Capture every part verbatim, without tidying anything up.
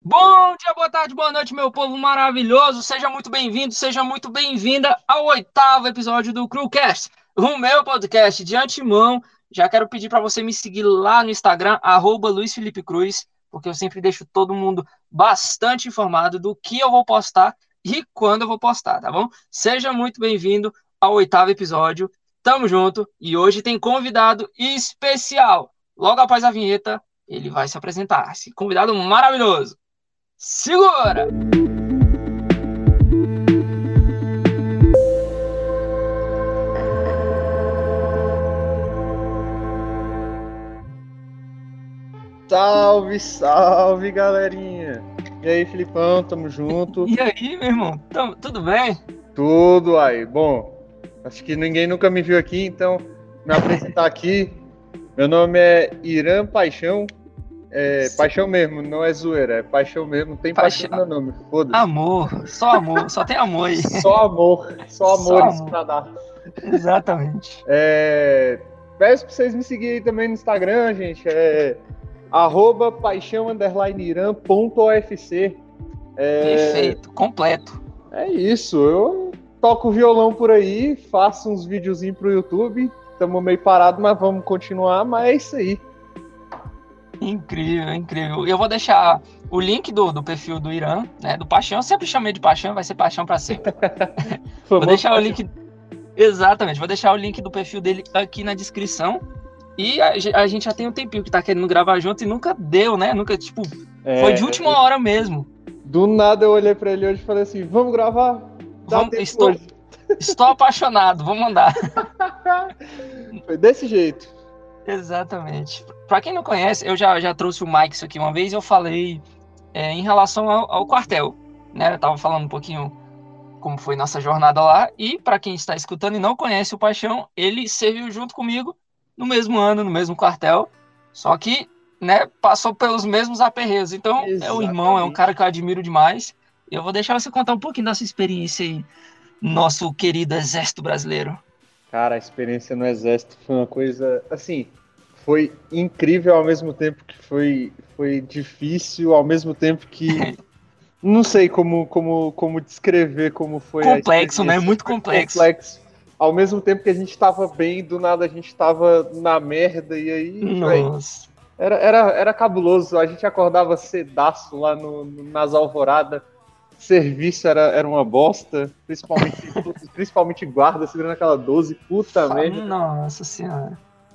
Bom dia, boa tarde, boa noite, meu povo maravilhoso. Seja muito bem-vindo, seja muito bem-vinda ao oitavo episódio do Crewcast, o meu podcast. De antemão, já quero pedir para você me seguir lá no Instagram, arroba Luiz Felipe Cruz, porque eu sempre deixo todo mundo bastante informado do que eu vou postar e quando eu vou postar, tá bom? Seja muito bem-vindo ao oitavo episódio. Tamo junto e hoje tem convidado especial. Logo após a vinheta, ele vai se apresentar. Esse convidado maravilhoso. Segura! Salve, salve, galerinha! E aí, Filipão, tamo junto. E aí, meu irmão? Tamo, tudo bem? Tudo aí. Bom, acho que ninguém nunca me viu aqui, então me apresentar aqui. Meu nome é Irã Paixão. É paixão mesmo, não é zoeira, é paixão mesmo. Tem paixão, paixão no meu nome, foda-se. Amor, só amor, só tem amor aí. Só amor, só amores só amor. pra dar. Exatamente. É, peço pra vocês me seguirem aí também no Instagram, gente. É arroba paixão underline irã ponto ofc. É, Perfeito, completo. É isso, eu toco violão por aí, faço uns videozinhos pro YouTube. Estamos meio parados, mas vamos continuar, mas é isso aí. Incrível, incrível. Eu vou deixar o link do, do perfil do Irã, né? Do Paixão. Eu sempre chamei de Paixão, vai ser Paixão para sempre. Vou deixar o link. Exatamente, vou deixar o link do perfil dele aqui na descrição. E a, a gente já tem um tempinho que tá querendo gravar junto e nunca deu, né? Nunca, tipo, é... foi de última hora mesmo. Do nada eu olhei pra ele hoje e falei assim: vamos gravar? Dá vamos, estou, hoje. estou apaixonado, vamos mandar. Foi desse jeito. Exatamente. Para quem não conhece, eu já, já trouxe o Mike isso aqui uma vez, eu falei é, em relação ao, ao quartel, né? Eu tava falando um pouquinho como foi nossa jornada lá, e para quem está escutando e não conhece o Paixão, ele serviu junto comigo no mesmo ano, no mesmo quartel, só que, né, passou pelos mesmos aperreios. Então, Exatamente. É um irmão, é um cara que eu admiro demais. E eu vou deixar você contar um pouquinho dessa experiência aí, nosso querido Exército Brasileiro. Cara, a experiência no Exército foi uma coisa, assim, foi incrível ao mesmo tempo que foi, foi difícil, ao mesmo tempo que não sei como, como, como descrever como foi complexo, a né? Muito complexo. complexo. Ao mesmo tempo que a gente tava bem, do nada a gente tava na merda, e aí, Nossa. Véio, era, era, era cabuloso. A gente acordava cedaço lá no, no, nas alvoradas. Serviço era, era uma bosta, principalmente, principalmente guarda segurando aquela doze, puta Fala, merda. Nossa senhora.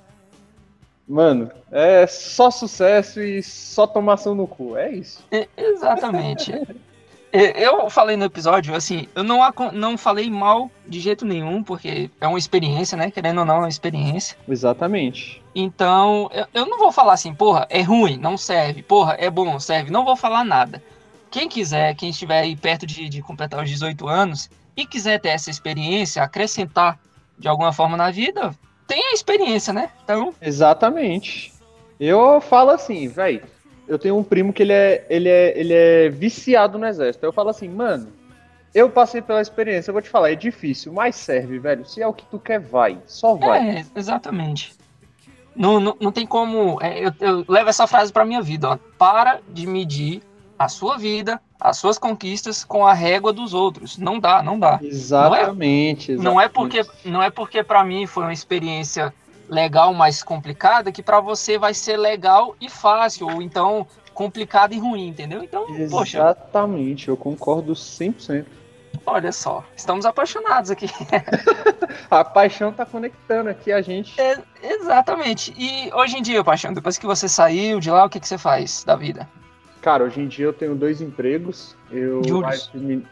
Mano, é só sucesso e só tomação no cu, é isso. É, exatamente. Eu falei no episódio, assim, eu não, não falei mal de jeito nenhum, porque é uma experiência, né? Querendo ou não, é uma experiência. Exatamente. Então, eu, eu não vou falar assim, porra, é ruim, não serve, porra, é bom, serve, não vou falar nada. Quem quiser, quem estiver aí perto de, de completar os dezoito anos e quiser ter essa experiência, acrescentar de alguma forma na vida, tem a experiência, né? Então... Exatamente. Eu falo assim, velho, eu tenho um primo que ele é, ele, é, ele é viciado no Exército. Eu falo assim, mano, eu passei pela experiência, eu vou te falar, é difícil, mas serve, velho. Se é o que tu quer, vai. Só vai. É, exatamente. Não, não, não tem como... É, eu, eu levo essa frase pra minha vida, ó. Para de medir a sua vida, as suas conquistas com a régua dos outros. Não dá, não dá. Exatamente. Não é, não é porque, não é porque para mim foi uma experiência legal, mas complicada, que para você vai ser legal e fácil, ou então complicado e ruim, entendeu? Então, poxa. Exatamente, eu concordo cem por cento. Olha só, estamos apaixonados aqui. A paixão tá conectando aqui a gente. É, exatamente. E hoje em dia, Paixão, depois que você saiu de lá, o que, que você faz da vida? Cara, hoje em dia eu tenho dois empregos. Eu admin...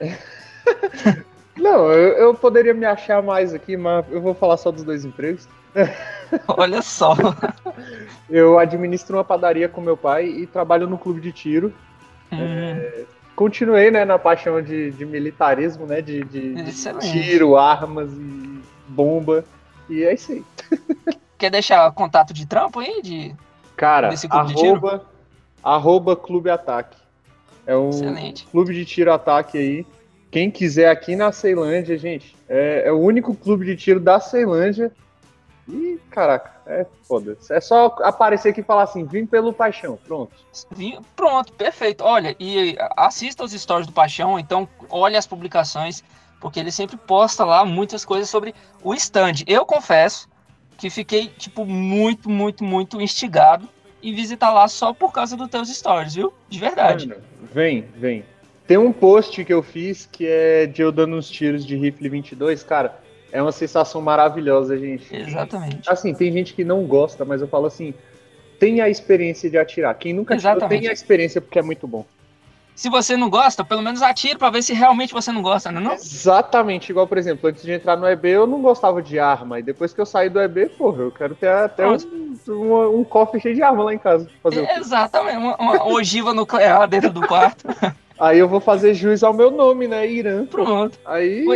Não, eu, eu poderia me achar mais aqui, mas eu vou falar só dos dois empregos. Olha só. Eu administro uma padaria com meu pai e trabalho no clube de tiro. Hum. É, continuei, né, na paixão de, de militarismo, né, de, de, de tiro, armas e bomba. E é isso aí. Quer deixar contato de trampo aí? De... Cara, desse clube arroba... de tiro? Arroba Clube Ataque. É um Excelente. Clube de tiro ataque aí. Quem quiser aqui na Ceilândia, gente, é, é o único clube de tiro da Ceilândia E, caraca, é foda. É só aparecer aqui e falar assim, vim pelo Paixão, pronto. Vim, pronto, perfeito. Olha, e assista os stories do Paixão, então olhe as publicações, porque ele sempre posta lá muitas coisas sobre o stand. Eu confesso que fiquei, tipo, muito, muito, muito instigado em visitar lá só por causa dos teus stories, viu? De verdade. Mano, vem, vem. Tem um post que eu fiz que é de eu dando uns tiros de rifle vinte e dois, cara. É uma sensação maravilhosa, gente. Exatamente. Assim, tem gente que não gosta, mas eu falo assim, tenha a experiência de atirar. Quem nunca atirou, Exatamente. tenha a experiência porque é muito bom. Se você não gosta, pelo menos atire pra ver se realmente você não gosta, não é não? Exatamente, igual, por exemplo, antes de entrar no E B eu não gostava de arma, e depois que eu saí do E B, porra, eu quero ter até um, um, um cofre cheio de arma lá em casa. Fazer é, exatamente, uma, uma ogiva nuclear dentro do quarto. Aí eu vou fazer jus ao meu nome, né, Irã. Pronto. Aí...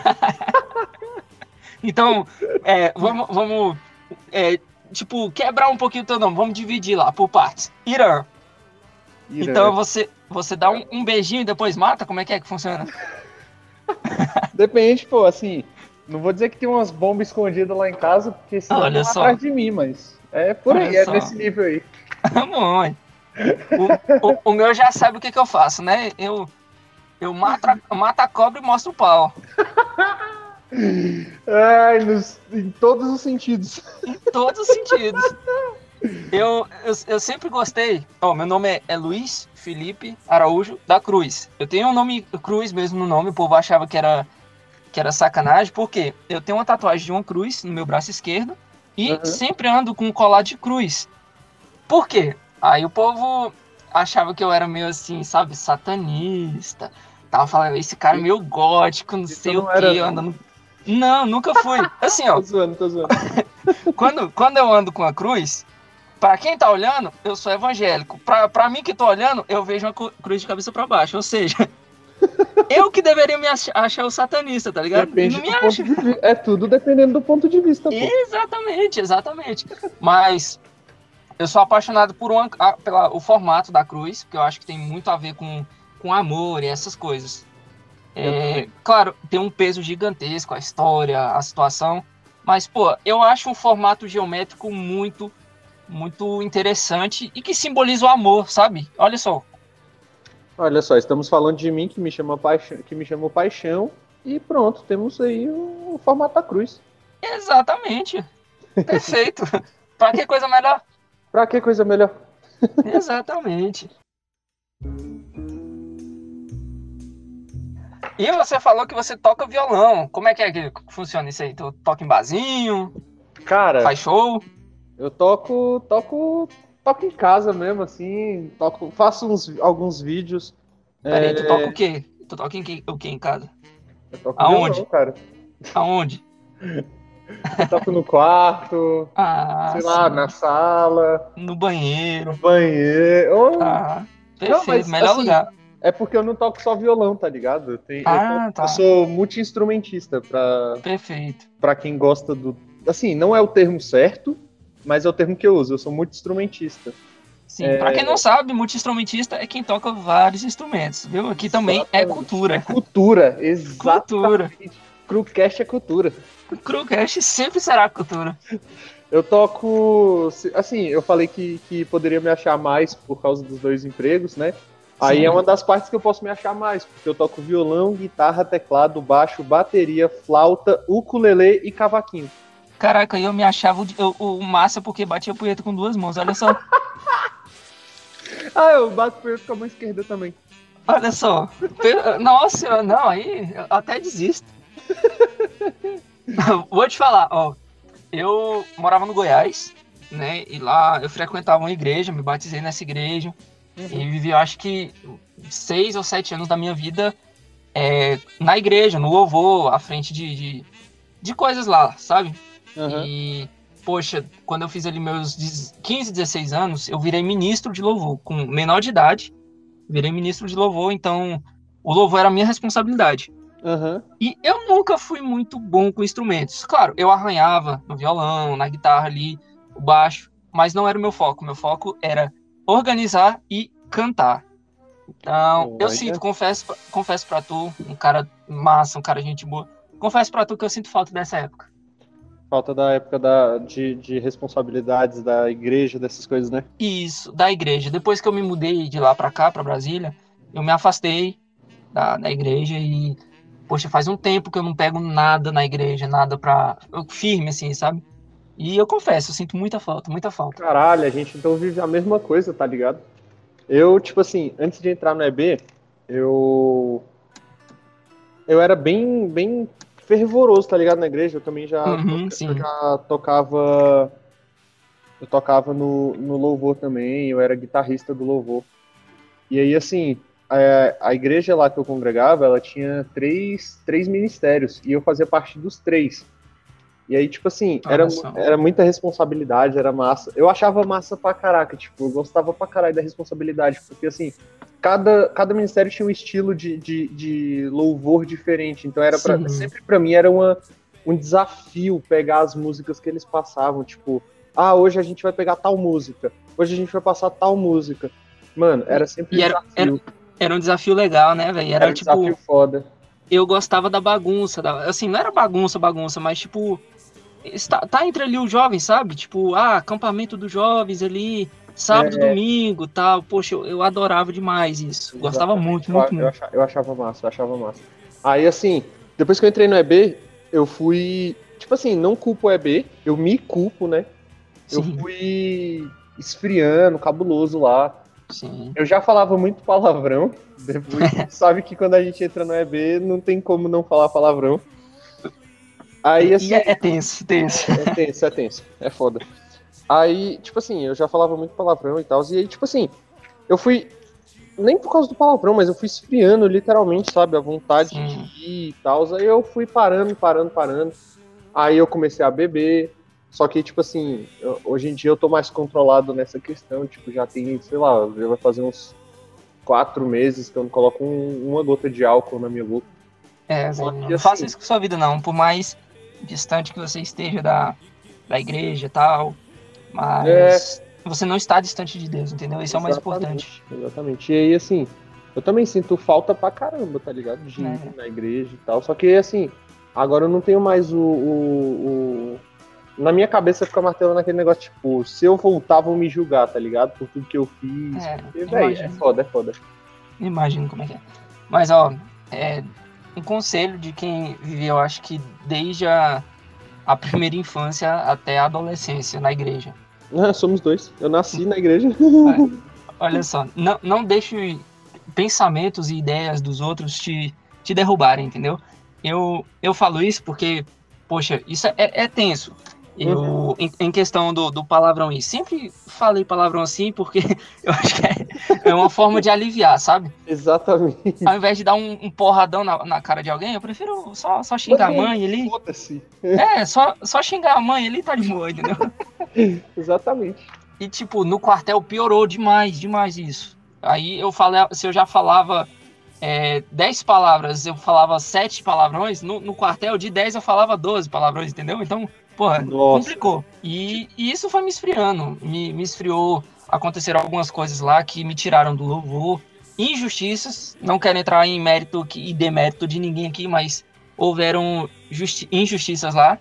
Então, é, vamos, vamos é, tipo, quebrar um pouquinho o teu nome, vamos dividir lá por partes. Irã. Irã. Então você, você dá um, um beijinho e depois mata? Como é que é que funciona? Depende, pô, assim, não vou dizer que tem umas bombas escondidas lá em casa, porque senão Olha vão só. atrás de mim, mas é por aí, Olha é só. nesse nível aí. Mãe. O, o, o meu já sabe o que, que eu faço, né? Eu, eu mato, a, mato a cobra e mostro o pau. Ai, nos, em todos os sentidos. Em todos os sentidos. Eu, eu, eu sempre gostei. Ó, meu nome é, é Luiz Felipe Araújo da Cruz. Eu tenho um nome Cruz mesmo no nome, o povo achava que era, que era sacanagem, porque eu tenho uma tatuagem de uma cruz no meu braço esquerdo e uhum. sempre ando com um colar de cruz. Por quê? Aí o povo achava que eu era meio assim, sabe, satanista. Tava falando, esse cara é meio gótico, não sei o quê, andando. Não, nunca fui. Assim, ó. Tô zoando, tô zoando. quando, quando eu ando com a cruz, pra quem tá olhando, eu sou evangélico. Pra, pra mim que tô olhando, eu vejo uma cruz de cabeça pra baixo. Ou seja, eu que deveria me achar, achar o satanista, tá ligado? Depende não me do acha. Ponto de... É tudo dependendo do ponto de vista, pô. Exatamente, exatamente. Mas eu sou apaixonado por uma, pela, o formato da cruz, que eu acho que tem muito a ver com, com amor e essas coisas. É, claro, tem um peso gigantesco, a história, a situação, mas, pô, eu acho um formato geométrico muito, muito interessante e que simboliza o amor, sabe? Olha só. Olha só, estamos falando de mim, que me chama paixão, que me chamou paixão, e pronto, temos aí o, o formato da cruz. Exatamente. Perfeito. Pra que coisa melhor? Pra que coisa melhor? Exatamente. E você falou que você toca violão. Como é que é que funciona isso aí? Tu toca em barzinho? Cara, faz show? Eu toco, toco, toco em casa mesmo, assim, toco, faço uns, alguns vídeos. Peraí, é... tu toca o quê? Tu toca em que, o quê em casa? Eu toco Aonde? violão, cara. Aonde? Eu toco no quarto, ah, sei sim. lá, na sala. No banheiro. No banheiro. Oh. Ah, perfeito, não, mas, melhor assim, lugar. É porque eu não toco só violão, tá ligado? Eu, tenho, ah, eu, toco, tá. eu sou multi-instrumentista pra, Perfeito. pra quem gosta do... Assim, não é o termo certo, mas é o termo que eu uso. Eu sou multi-instrumentista. Sim, é... pra quem não sabe, multi-instrumentista é quem toca vários instrumentos, viu? Aqui também é cultura. É cultura, exatamente. Cultura. Crucast é cultura. Crucast sempre será cultura. Eu toco... Assim, eu falei que, que poderia me achar mais por causa dos dois empregos, né? Aí Sim. é uma das partes que eu posso me achar mais, porque eu toco violão, guitarra, teclado, baixo, bateria, flauta, ukulele e cavaquinho. Caraca, eu me achava o, o massa porque batia punheta com duas mãos, olha só. ah, eu bato punheta com a mão esquerda também. Olha só. Nossa, não, aí eu até desisto. Vou te falar, ó. Eu morava no Goiás, né? E lá eu frequentava uma igreja, me batizei nessa igreja. Uhum. E vivi, eu acho que, seis ou sete anos da minha vida é, na igreja, no louvor, à frente de, de, de coisas lá, sabe? Uhum. E, poxa, quando eu fiz ali meus quinze, dezesseis anos, eu virei ministro de louvor, com menor de idade. Virei ministro de louvor, então o louvor era a minha responsabilidade. Uhum. E eu nunca fui muito bom com instrumentos. Claro, eu arranhava no violão, na guitarra ali, o baixo, mas não era o meu foco. Meu foco era organizar e cantar. Então, oh, eu sinto, confesso, confesso pra tu, um cara massa, um cara gente boa. Confesso pra tu que eu sinto falta dessa época. Falta da época da, de, de responsabilidades da igreja, dessas coisas, né? Isso, da igreja. Depois que eu me mudei de lá pra cá, pra Brasília, eu me afastei da, da igreja e, poxa, faz um tempo que eu não pego nada na igreja, nada pra... eu- firme, assim, sabe? E eu confesso, eu sinto muita falta, muita falta. Caralho, a gente então vive a mesma coisa, tá ligado? Eu, tipo assim, antes de entrar no E B, eu. Eu era bem, bem fervoroso, tá ligado? Na igreja. Eu também já, Uhum, toca- eu sim. já tocava. Eu tocava no, no louvor também, eu era guitarrista do louvor. E aí, assim, a, a igreja lá que eu congregava, ela tinha três, três ministérios, e eu fazia parte dos três. E aí, tipo assim, era, Olha só. era muita responsabilidade, era massa. Eu achava massa pra caraca, tipo, eu gostava pra caralho da responsabilidade, porque assim, cada, cada ministério tinha um estilo de, de, de louvor diferente. Então era pra, Sim. sempre pra mim era uma, um desafio pegar as músicas que eles passavam, tipo, ah, hoje a gente vai pegar tal música, hoje a gente vai passar tal música. Mano, era sempre E um era, era, desafio. era um desafio legal, né, velho? Era Era um desafio tipo, foda. eu gostava da bagunça, da, assim, não era bagunça, bagunça, mas tipo, está, tá entre ali os jovens, sabe? Tipo, ah, acampamento dos jovens ali, sábado, É, domingo, tal. Poxa, eu, eu adorava demais isso. Gostava exatamente, muito, eu, muito, eu, muito. achava, eu achava massa, eu achava massa. Aí, assim, depois que eu entrei no E B, eu fui. Tipo assim, não culpo o E B, eu me culpo, né? Eu Sim, fui esfriando, cabuloso lá. sim. Eu já falava muito palavrão. Depois, sabe que quando a gente entra no E B, não tem como não falar palavrão. Aí, E, e assim, é, é tenso, tenso. é tenso, é tenso, é foda. Aí, tipo assim, eu já falava muito palavrão e tal. E aí, tipo assim, eu fui nem por causa do palavrão, mas eu fui esfriando literalmente, sabe? A vontade de Sim. ir e tal. Aí eu fui parando, parando, parando. Aí eu comecei a beber. Só que, tipo assim, eu- hoje em dia eu tô mais controlado nessa questão. Tipo, já tem, sei lá, já vai fazer uns quatro meses que eu não coloco um- uma gota de álcool na minha boca. É, Só velho, que, não faça assim, isso com sua vida, não. Por mais distante que você esteja da, da igreja e tal, é. mas você não está distante de Deus, entendeu? Isso é o mais importante, Exatamente, exatamente. E aí, assim, eu também sinto falta pra caramba, tá ligado? De ir né? na igreja e tal. Só que, assim, agora eu não tenho mais o. o, o... Na minha cabeça fica martelando aquele negócio, tipo, se eu voltar, vão me julgar, tá ligado? Por tudo que eu fiz. É, Porque, véi, é imagino, foda, é foda. imagino como é que é. Mas, ó, é um conselho de quem viveu, acho que desde a, a primeira infância até a adolescência na igreja. Ah, somos dois. Eu nasci na igreja. É, olha só, não, não deixe pensamentos e ideias dos outros te, te derrubarem, entendeu? Eu, eu falo isso porque, poxa, isso é, é tenso. Uhum. Eu, em, em questão do, do palavrão aí, sempre falei palavrão assim porque eu acho que é, é uma forma de aliviar, sabe? Ao Exatamente. invés de dar um, um porradão na, na cara de alguém, eu prefiro só, só xingar a Mano, mãe ali. foda-se. É, só, só xingar a mãe ali tá de boa, entendeu? Exatamente. E, tipo, no quartel piorou demais, demais isso. Aí eu falei, se eu já falava é, dez palavras, eu falava sete palavrões, no, no quartel de dez eu falava doze palavrões, entendeu? Então, porra, Nossa. complicou. E, e isso foi me esfriando, me, me esfriou. Aconteceram algumas coisas lá que me tiraram do louvor. Injustiças, não quero entrar em mérito e demérito de ninguém aqui, mas houveram justi- injustiças lá.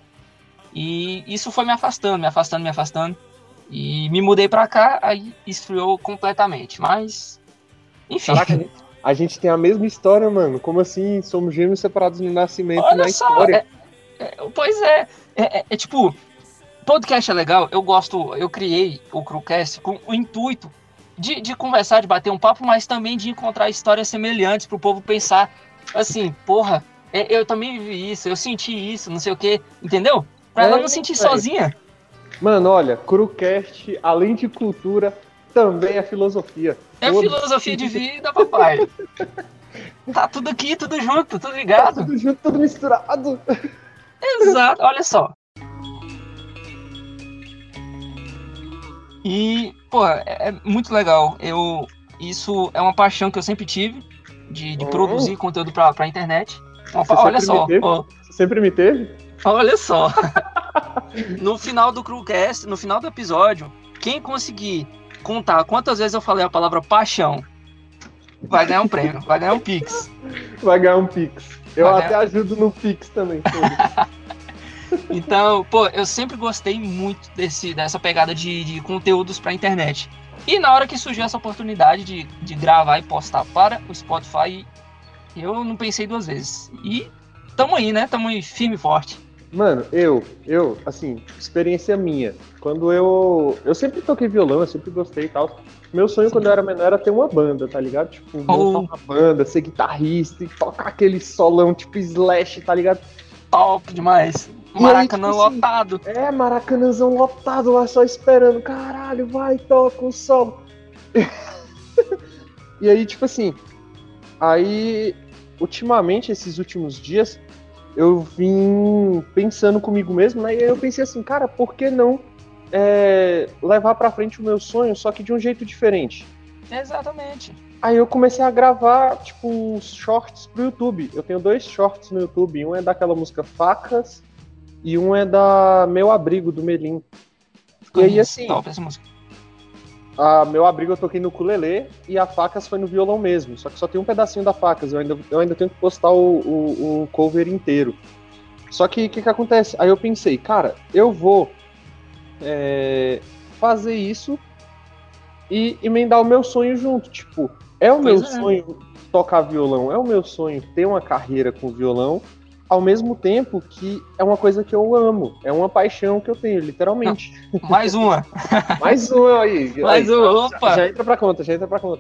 E isso foi me afastando, me afastando, me afastando. E me mudei pra cá, aí esfriou completamente. Mas, enfim, Caraca, a gente, a gente tem a mesma história, mano. Como assim? Somos gêmeos separados no nascimento e olha na só. história. É, é, pois é, é, é, é tipo, podcast é legal. Eu gosto, eu criei o Crucast com o intuito de, de conversar, de bater um papo, mas também de encontrar histórias semelhantes pro povo pensar assim, porra, é, eu também vivi isso, eu senti isso, não sei o quê, entendeu? Pra ela É, não sentir velho. sozinha. Mano, olha, Crucast, além de cultura, também é filosofia. É filosofia de Foda-se. vida, papai. Tá tudo aqui, tudo junto, tudo Tá ligado. tudo junto, tudo misturado. Exato, olha só. E, pô, é, é muito legal. Eu, isso é uma paixão que eu sempre tive de, de Hum, produzir conteúdo pra, pra internet. Uma você pa- olha sempre me só, teve? ó, Você sempre me teve? olha só. No final do Crewcast, no final do episódio, quem conseguir contar quantas vezes eu falei a palavra paixão, vai ganhar um prêmio, vai ganhar um Pix. Vai ganhar um Pix. Eu Vai até ganhar... ajudo no Pix também. foda-se. Então, pô, eu sempre gostei muito desse, dessa pegada de, de conteúdos pra internet. E na hora que surgiu essa oportunidade de, de gravar e postar para o Spotify, eu não pensei duas vezes. E tamo aí, né? Tamo aí firme e forte. Mano, eu, eu, assim, experiência minha. Quando eu. Eu sempre toquei violão, eu sempre gostei e tal. Meu sonho Sim. quando eu era menor era ter uma banda, tá ligado? Tipo, montar Oh. uma banda, ser guitarrista e tocar aquele solão tipo Slash, tá ligado? Top demais. Maracanã aí, tipo, lotado. Assim, é, Maracanãzão lotado lá só esperando. Caralho, vai, toca o solo. E aí, tipo assim, aí, ultimamente, esses últimos dias, eu vim pensando comigo mesmo, né? E aí eu pensei assim, cara, por que não é, levar pra frente o meu sonho, só que de um jeito diferente? Exatamente. Aí eu comecei a gravar, tipo, uns shorts pro YouTube. Eu tenho dois shorts no YouTube. Um é daquela música Facas e um é da Meu Abrigo, do Melim. E aí, assim, top essa música. A Meu Abrigo eu toquei no ukulele e a Facas foi no violão mesmo. Só que só tem um pedacinho da Facas. Eu ainda, eu ainda tenho que postar o, o, o cover inteiro. Só que o que, que acontece? Aí eu pensei, cara, eu vou é, fazer isso e emendar o meu sonho junto. Tipo, é o pois meu é. sonho tocar violão, é o meu sonho ter uma carreira com violão, ao mesmo tempo que é uma coisa que eu amo, é uma paixão que eu tenho, literalmente. Não, mais uma. mais uma aí. Mais aí, uma, opa. Já, já entra pra conta, já entra pra conta.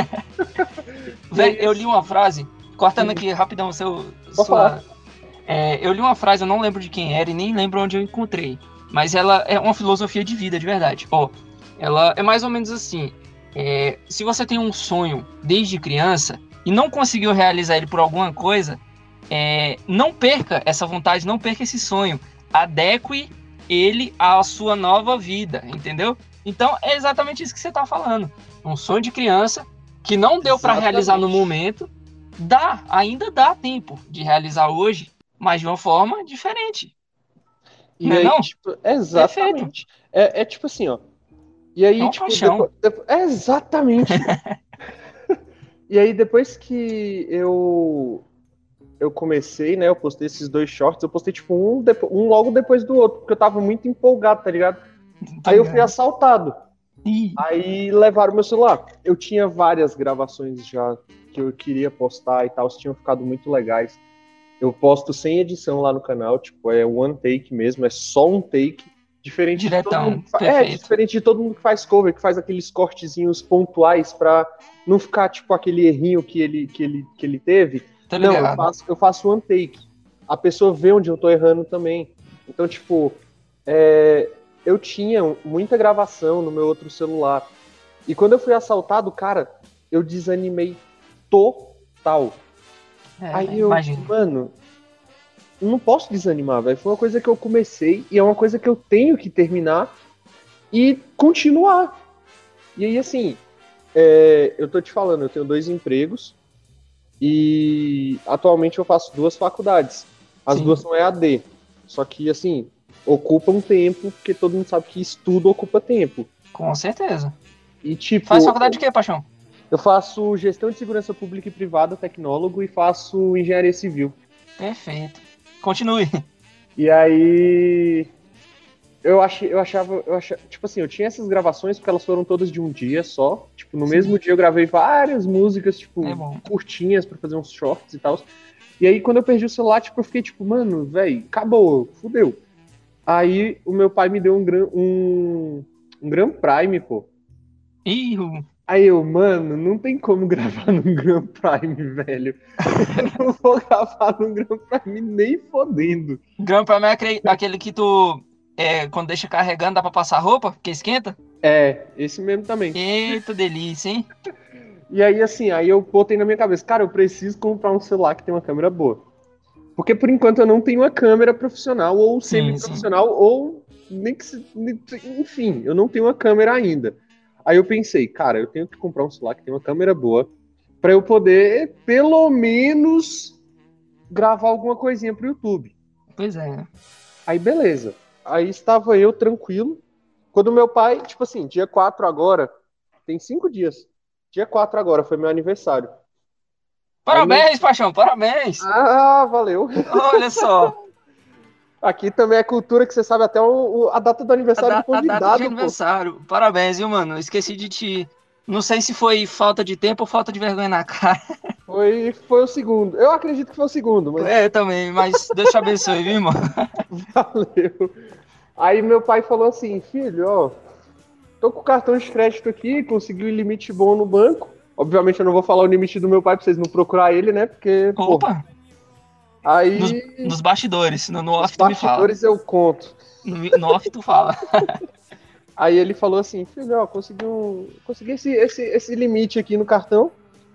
Véi, eu li uma frase, cortando aqui rapidão o seu... Sua, é, eu li uma frase, eu não lembro de quem era e nem lembro onde eu encontrei, mas ela é uma filosofia de vida, de verdade. Ó, ela é mais ou menos assim, é, se você tem um sonho desde criança e não conseguiu realizar ele por alguma coisa, É, não perca essa vontade, não perca esse sonho. Adeque ele à sua nova vida, entendeu? Então é exatamente isso que você está falando. Um sonho de criança que não deu para realizar no momento, dá, ainda dá tempo de realizar hoje, mas de uma forma diferente. E não aí, é não? Tipo, exatamente. É, é tipo assim, ó. E aí, é uma tipo, paixão. Depois, depois, é exatamente. E aí, depois que eu eu comecei, né? Eu postei esses dois shorts, eu postei, tipo, um, depois, um logo depois do outro, porque eu tava muito empolgado, tá ligado? Tô aí ligado. Eu fui assaltado. Ih. Aí levaram meu celular. Eu tinha várias gravações já que eu queria postar e tal, tinham ficado muito legais. Eu posto sem edição lá no canal, tipo, é one take mesmo, é só um take. Diferente Diretão, de todo mundo que é, diferente de todo mundo que faz cover, que faz aqueles cortezinhos pontuais pra não ficar, tipo, aquele errinho que ele, que ele, que ele teve. Tá não, eu faço, eu faço one take. A pessoa vê onde eu tô errando também. Então, tipo, é, eu tinha muita gravação no meu outro celular. E quando eu fui assaltado, cara, eu desanimei total. É, Aí eu, imagino. mano, não posso desanimar, velho. Foi uma coisa que eu comecei e é uma coisa que eu tenho que terminar e continuar. E aí, assim, é, eu tô te falando, eu tenho dois empregos e atualmente eu faço duas faculdades. As Sim. duas são E A D. Só que, assim, ocupam tempo, porque todo mundo sabe que estudo ocupa tempo. Com certeza. E, tipo, Faz faculdade de quê, Paixão? Eu faço gestão de segurança pública e privada, tecnólogo, e faço engenharia civil. Perfeito. Continue. E aí, eu, achei, eu achava, eu achava, tipo assim, eu tinha essas gravações porque elas foram todas de um dia só. Tipo, no Sim. mesmo dia eu gravei várias músicas, tipo, é curtinhas pra fazer uns shorts e tal. E aí, quando eu perdi o celular, tipo, eu fiquei tipo, mano, velho, acabou, fudeu. Aí, o meu pai me deu um Gran, um, um Gran Prime, pô. Ih, Aí eu, mano, não tem como gravar num Grand Prime, velho. Eu não vou gravar num Grand Prime nem fodendo. Grand Prime é aquele, aquele que tu, é, quando deixa carregando, dá pra passar roupa, porque esquenta? É, esse mesmo também. Eita, delícia, hein? E aí, assim, aí eu botei na minha cabeça, cara, eu preciso comprar um celular que tem uma câmera boa. Porque, por enquanto, eu não tenho uma câmera profissional, ou semi-profissional, ou nem que se... Enfim, eu não tenho uma câmera ainda. Aí eu pensei, cara, eu tenho que comprar um celular que tem uma câmera boa para eu poder, pelo menos, gravar alguma coisinha pro YouTube. Pois é. Aí, beleza. Aí estava eu tranquilo. Quando meu pai, tipo assim, dia quatro agora, tem cinco dias. Dia quatro agora foi meu aniversário. Parabéns, meu... Paixão, parabéns. Ah, valeu. Olha só. Aqui também é cultura que você sabe até o, o- a data do aniversário A, do da- a data convidado, de pô. aniversário. Parabéns, viu, mano? Esqueci de te. Não sei se foi falta de tempo ou falta de vergonha na cara. Foi, foi o segundo. Eu acredito que foi o segundo, mas É, também, mas Deus te abençoe, viu, irmão? valeu. Aí meu pai falou assim, filho, ó, tô com o cartão de crédito aqui, consegui um limite bom no banco. Obviamente eu não vou falar o limite do meu pai pra vocês não procurar ele, né? Porque, pô, Opa, nos, aí nos bastidores, no, no os off tu me fala. bastidores eu conto. No, no off tu fala. Aí ele falou assim, filho, ó, consegui, um, consegui esse, esse, esse limite aqui no cartão.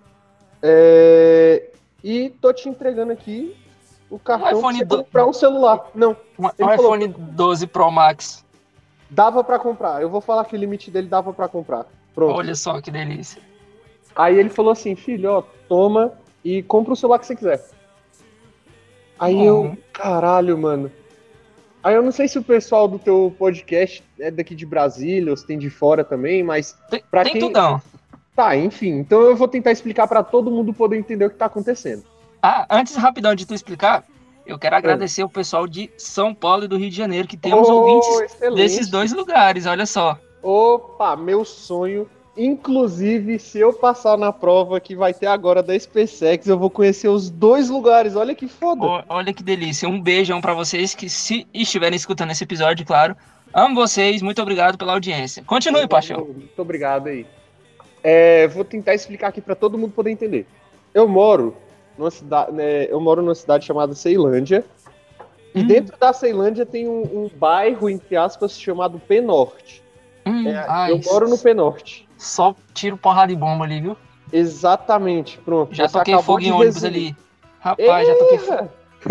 É, e tô te entregando aqui o Um cartão pra iPhone, você do, comprar um celular. Não, um, ele um falou, iPhone doze Pro Max. dava pra comprar. Eu vou falar que o limite dele dava pra comprar. Pronto. Olha só que delícia. Aí ele falou assim, filho, ó, toma e compra o celular que você quiser. Aí eu, Uhum. caralho, mano. Aí eu não sei se o pessoal do teu podcast é daqui de Brasília ou se tem de fora também, mas Tem, pra tem quem... tudão. Tá, enfim. Então eu vou tentar explicar pra todo mundo poder entender o que tá acontecendo. Ah, antes, rapidão, de tu explicar, eu quero É. agradecer o pessoal de São Paulo e do Rio de Janeiro, que temos Oh, ouvintes excelente. desses dois lugares, olha só. Opa, meu sonho. Inclusive, se eu passar na prova que vai ter agora da SpaceX, eu vou conhecer os dois lugares. Olha que foda. O- olha que delícia. Um beijão pra vocês que, se estiverem escutando esse episódio, claro. Amo vocês, muito obrigado pela audiência. Continue, Paixão. Muito obrigado aí. É, vou tentar explicar aqui para todo mundo poder entender. Eu moro numa cidade, né, eu moro numa cidade chamada Ceilândia. E Hum. dentro da Ceilândia tem um, um bairro, entre aspas, chamado Penorte. Hum, É, ai, eu moro no Penorte. Só tiro porrada de bomba ali, viu? Exatamente, pronto. Já Você toquei acabou fogo de em ônibus resumir. ali. Rapaz, já toquei fogo.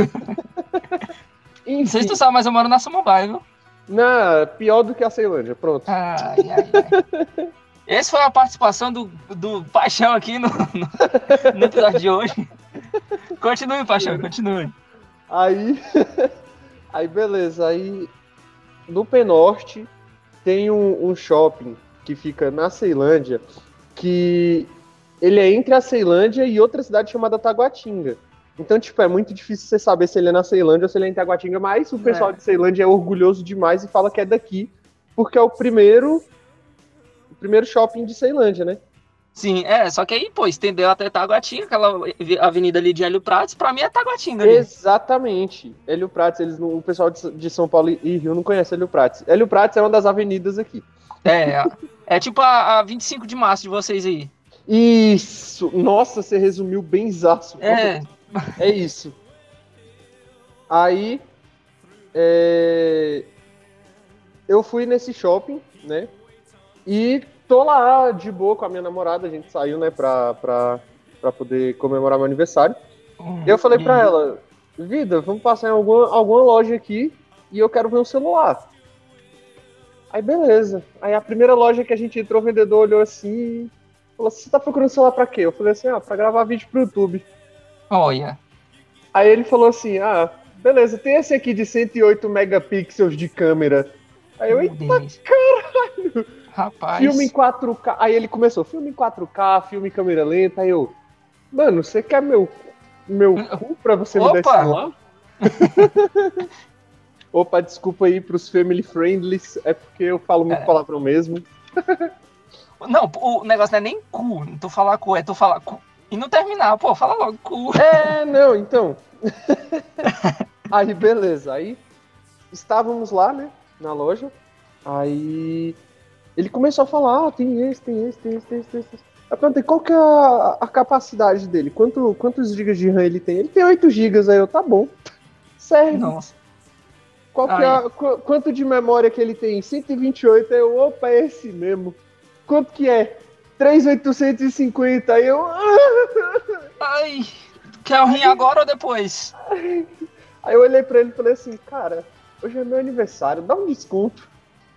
Enfim, Não sei se tu sabe, mas eu moro na Samambaia, viu? não, pior do que a Ceilândia, pronto. Ai, ai, ai. Essa foi a participação do, do Paixão aqui no, no, no episódio de hoje. Continue, Paixão, continue. Aí, aí beleza, aí no Penorte tem um, um shopping que fica na Ceilândia, que ele é entre a Ceilândia e outra cidade chamada Taguatinga. Então, tipo, é muito difícil você saber se ele é na Ceilândia ou se ele é em Taguatinga, mas o pessoal É. de Ceilândia é orgulhoso demais e fala que é daqui, porque é o primeiro, o primeiro shopping de Ceilândia, né? Sim, é, só que aí, pô, estendeu até Taguatinga, aquela avenida ali de Hélio Prates, pra mim é Taguatinga ali. Exatamente. Hélio Prates, eles não- o pessoal de, de São Paulo e Rio não conhece Hélio Prates. Hélio Prates é uma das avenidas aqui. É, é tipo a, a vinte e cinco de março de vocês aí. Isso! Nossa, você resumiu bem zaço. É, É isso. Aí, é, eu fui nesse shopping, né? E tô lá de boa com a minha namorada. A gente saiu, né, pra, pra, pra poder comemorar meu aniversário. E eu falei pra ela, vida, vamos passar em alguma, alguma loja aqui e eu quero ver um celular. Aí beleza. Aí a primeira loja que a gente entrou, o vendedor olhou assim, falou assim, você tá procurando celular pra quê? Eu falei assim, ah, pra gravar vídeo pro YouTube. olha. Aí ele falou assim, ah, beleza, tem esse aqui de cento e oito megapixels de câmera. Aí eu, Meu eita, Deus. caralho! Rapaz. Filme em quatro K. Aí ele começou, filme em quatro K, filme em câmera lenta. Aí eu, mano, você quer meu, meu cu pra você me dar esse Opa! celular? Opa, desculpa aí pros family friendlies, é porque eu falo muito É. palavrão mesmo. Não, o negócio não é nem cu, tu falar cu, é tu falar cu e não terminar, pô, fala logo cu. É, não, então. Aí, beleza. Aí, estávamos lá, né, na loja. Aí, ele começou a falar, ah, tem esse, tem esse, tem esse, tem esse, tem esse. Eu perguntei, qual que é a, a capacidade dele? Quanto, quantos gigas de RAM ele tem? Ele tem oito gigas, aí eu, tá bom. Serve. Nossa. Qual que é a, qu- quanto de memória que ele tem? cento e vinte e oito, aí eu, opa, é esse mesmo. Quanto que é? três mil oitocentos e cinquenta, aí eu... Ai, quer o rim agora ou depois? Aí eu olhei pra ele e falei assim, cara, hoje é meu aniversário, dá um desconto.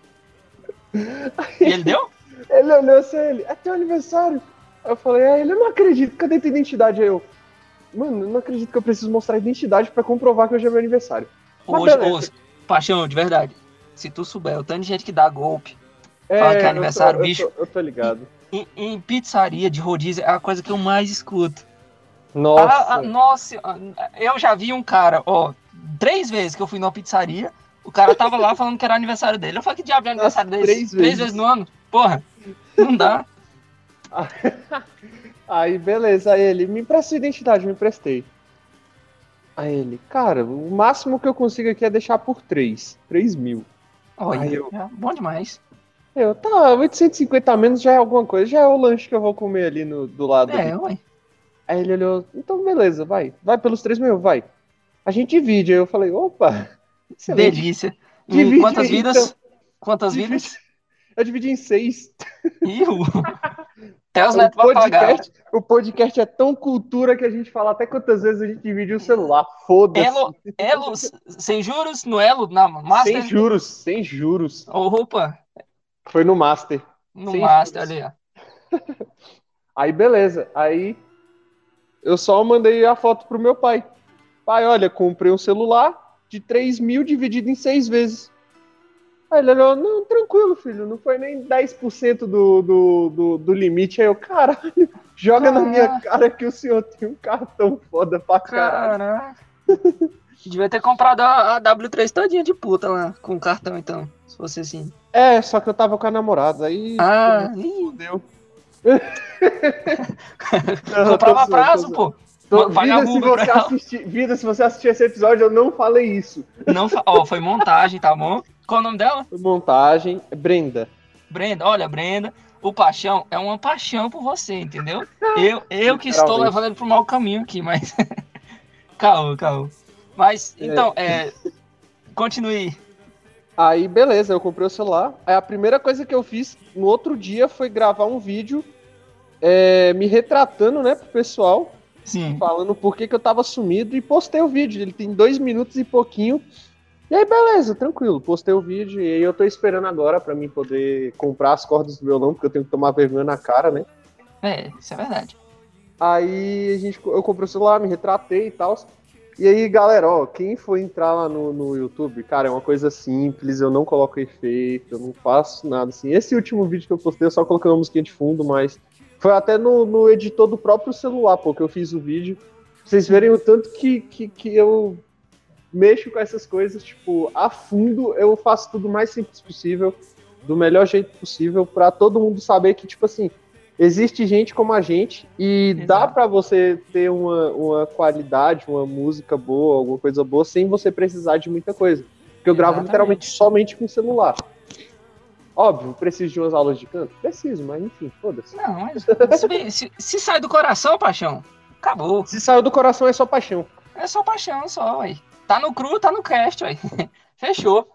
E ele deu? Ele olhou assim, ele, é teu aniversário? Aí eu falei, é, ele, eu não acredito, cadê tua identidade? Aí eu, mano, eu não acredito que eu preciso mostrar a identidade pra comprovar que hoje é meu aniversário. Mas Hoje, beleza. hoje, Paixão, de verdade, se tu souber o tanto de gente que dá golpe É, fala que é eu aniversário, tô- eu bicho. tô- Eu tô ligado. em, em pizzaria de rodízio é a coisa que eu mais escuto. Nossa. Ah, ah, nossa, ah, eu já vi um cara, ó, três vezes que eu fui numa pizzaria, o cara tava lá falando que era aniversário dele. Eu falei, que diabo de aniversário dele? Três, três vezes no ano? Porra, não dá. Aí, beleza. Aí ele, me empresta sua identidade, me emprestei. Aí ele, cara, o máximo que eu consigo aqui é deixar por três. três mil. Olha, Aí eu, é bom demais. eu, tá, oitocentos e cinquenta a menos já é alguma coisa. Já é o lanche que eu vou comer ali no, do lado. É, ali. ué. Aí ele olhou, então beleza, vai. Vai pelos três mil, vai. A gente divide. Aí eu falei, opa, excelente. Delícia. Em Divide quantas aí, vidas? então. Quantas Divide. vidas? Eu dividi em seis. Ih, até os O netos vão pagar. podcast, o podcast é tão cultura que a gente fala até quantas vezes a gente divide o celular. Foda-se. Elo, elo, sem juros, no Elo, na Master? Sem juros, sem juros. Opa, Foi no Master. no Sem Master juros. ali, ó. Aí, beleza. Aí, eu só mandei a foto pro meu pai. Pai, olha, comprei um celular de três mil dividido em seis vezes. Aí ele olhou, não, tranquilo, filho, não foi nem dez por cento do, do, do, do limite. Aí eu, caralho, joga Caraca. na minha cara que o senhor tem um cartão foda pra caralho. Caraca. Devia ter comprado a, a W três todinha de puta lá, com o cartão, então, se fosse assim. É, só que eu tava com a namorada, aí... Ah, fudeu. Comprava prazo, pô. Tô, Paga vida, se Uber você pra ela. assistir, vida, se você assistir esse episódio, eu não falei isso. Não, fa- ó, foi montagem, tá bom? Qual o nome dela? Montagem, Brenda. Brenda. Olha, Brenda, o paixão é uma paixão por você, entendeu? Eu, eu que estou Literalmente. levando ele pro mau caminho aqui, mas... Caô, caô. Mas, então, é... Continue. Aí, beleza, eu comprei o celular. Aí a primeira coisa que eu fiz no outro dia foi gravar um vídeo é, me retratando, né, pro pessoal, Sim. falando por que que eu tava sumido e postei o vídeo. Ele tem dois minutos e pouquinho. E aí, beleza, tranquilo, postei o vídeo e aí eu tô esperando agora pra mim poder comprar as cordas do violão, porque eu tenho que tomar vergonha na cara, né? É, isso é verdade. Aí a gente, eu comprei o celular, me retratei e tal. E aí, galera, ó, quem for entrar lá no, no YouTube, cara, é uma coisa simples, eu não coloco efeito, eu não faço nada assim. Esse último vídeo que eu postei, eu só coloquei uma musiquinha de fundo, mas foi até no, no editor do próprio celular, pô, que eu fiz o vídeo. Pra vocês verem o tanto que, que, que eu mexo com essas coisas, tipo, a fundo, eu faço tudo o mais simples possível, do melhor jeito possível, pra todo mundo saber que, tipo assim, existe gente como a gente e Exato. dá pra você ter uma, uma qualidade, uma música boa, alguma coisa boa, sem você precisar de muita coisa. Porque eu gravo Exatamente. literalmente somente com celular. Óbvio, preciso de umas aulas de canto? Preciso, mas enfim, foda-se. Não, mas se, se, se sai do coração, paixão, acabou. Se saiu do coração é só paixão. É só paixão, só, ué. Tá no cru, tá no cast, ué. Fechou.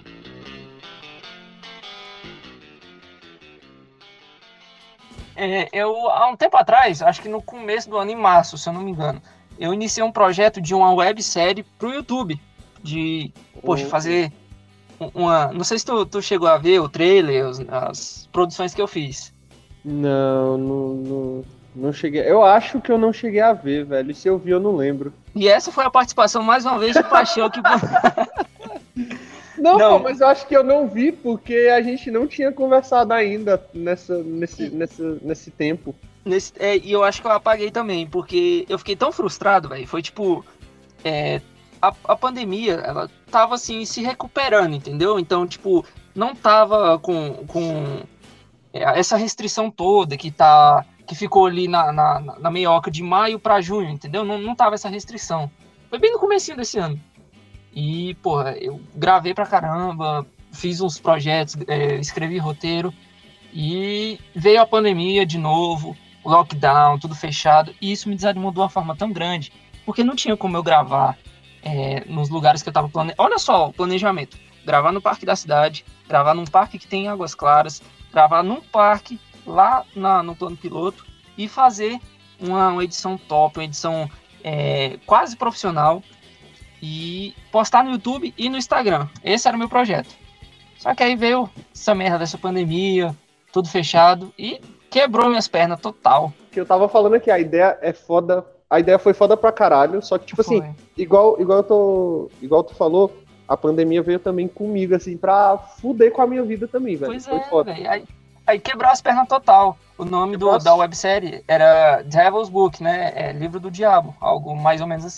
É, eu, há um tempo atrás, acho que no começo do ano, em março, se eu não me engano, eu iniciei um projeto de uma websérie pro YouTube. De, poxa, Uhum. fazer uma... Não sei se tu, tu chegou a ver o trailer, as, as produções que eu fiz. Não, não, não, não cheguei. Eu acho que eu não cheguei a ver, velho. E se eu vi, eu não lembro. E essa foi a participação, mais uma vez, de paixão que... Não, Não. pô, mas eu acho que eu não vi porque a gente não tinha conversado ainda nessa, nesse, nessa, nesse tempo. Nesse, é, e eu acho que eu apaguei também, porque eu fiquei tão frustrado, velho. Foi tipo... É, a, a pandemia, ela tava assim, se recuperando, entendeu? Então, tipo, não tava com, com é, essa restrição toda que tá... Que ficou ali na, na, na meioca de maio pra junho, entendeu? Não, não tava essa restrição. Foi bem no comecinho desse ano. E, porra, eu gravei pra caramba, fiz uns projetos, é, escrevi roteiro, e veio a pandemia de novo, lockdown, tudo fechado, e isso me desanimou de uma forma tão grande, porque não tinha como eu gravar é, nos lugares que eu tava planejando. Olha só o planejamento, gravar no parque da cidade, gravar num parque que tem águas claras, gravar num parque lá na, no plano piloto, e fazer uma, uma edição top, uma edição é, quase profissional, e postar no YouTube e no Instagram. Esse era o meu projeto. Só que aí veio essa merda dessa pandemia, tudo fechado, e quebrou minhas pernas total. Que eu tava falando aqui, a ideia é foda. A ideia foi foda pra caralho, só que, tipo Foi. assim, igual, igual, eu tô, igual tu falou, a pandemia veio também comigo, assim, pra fuder com a minha vida também, velho. Pois Foi é, foda. velho. Aí, aí quebrou as pernas total. O nome do, Nossa. da websérie era Devil's Book, né? É livro do diabo, algo mais ou menos assim.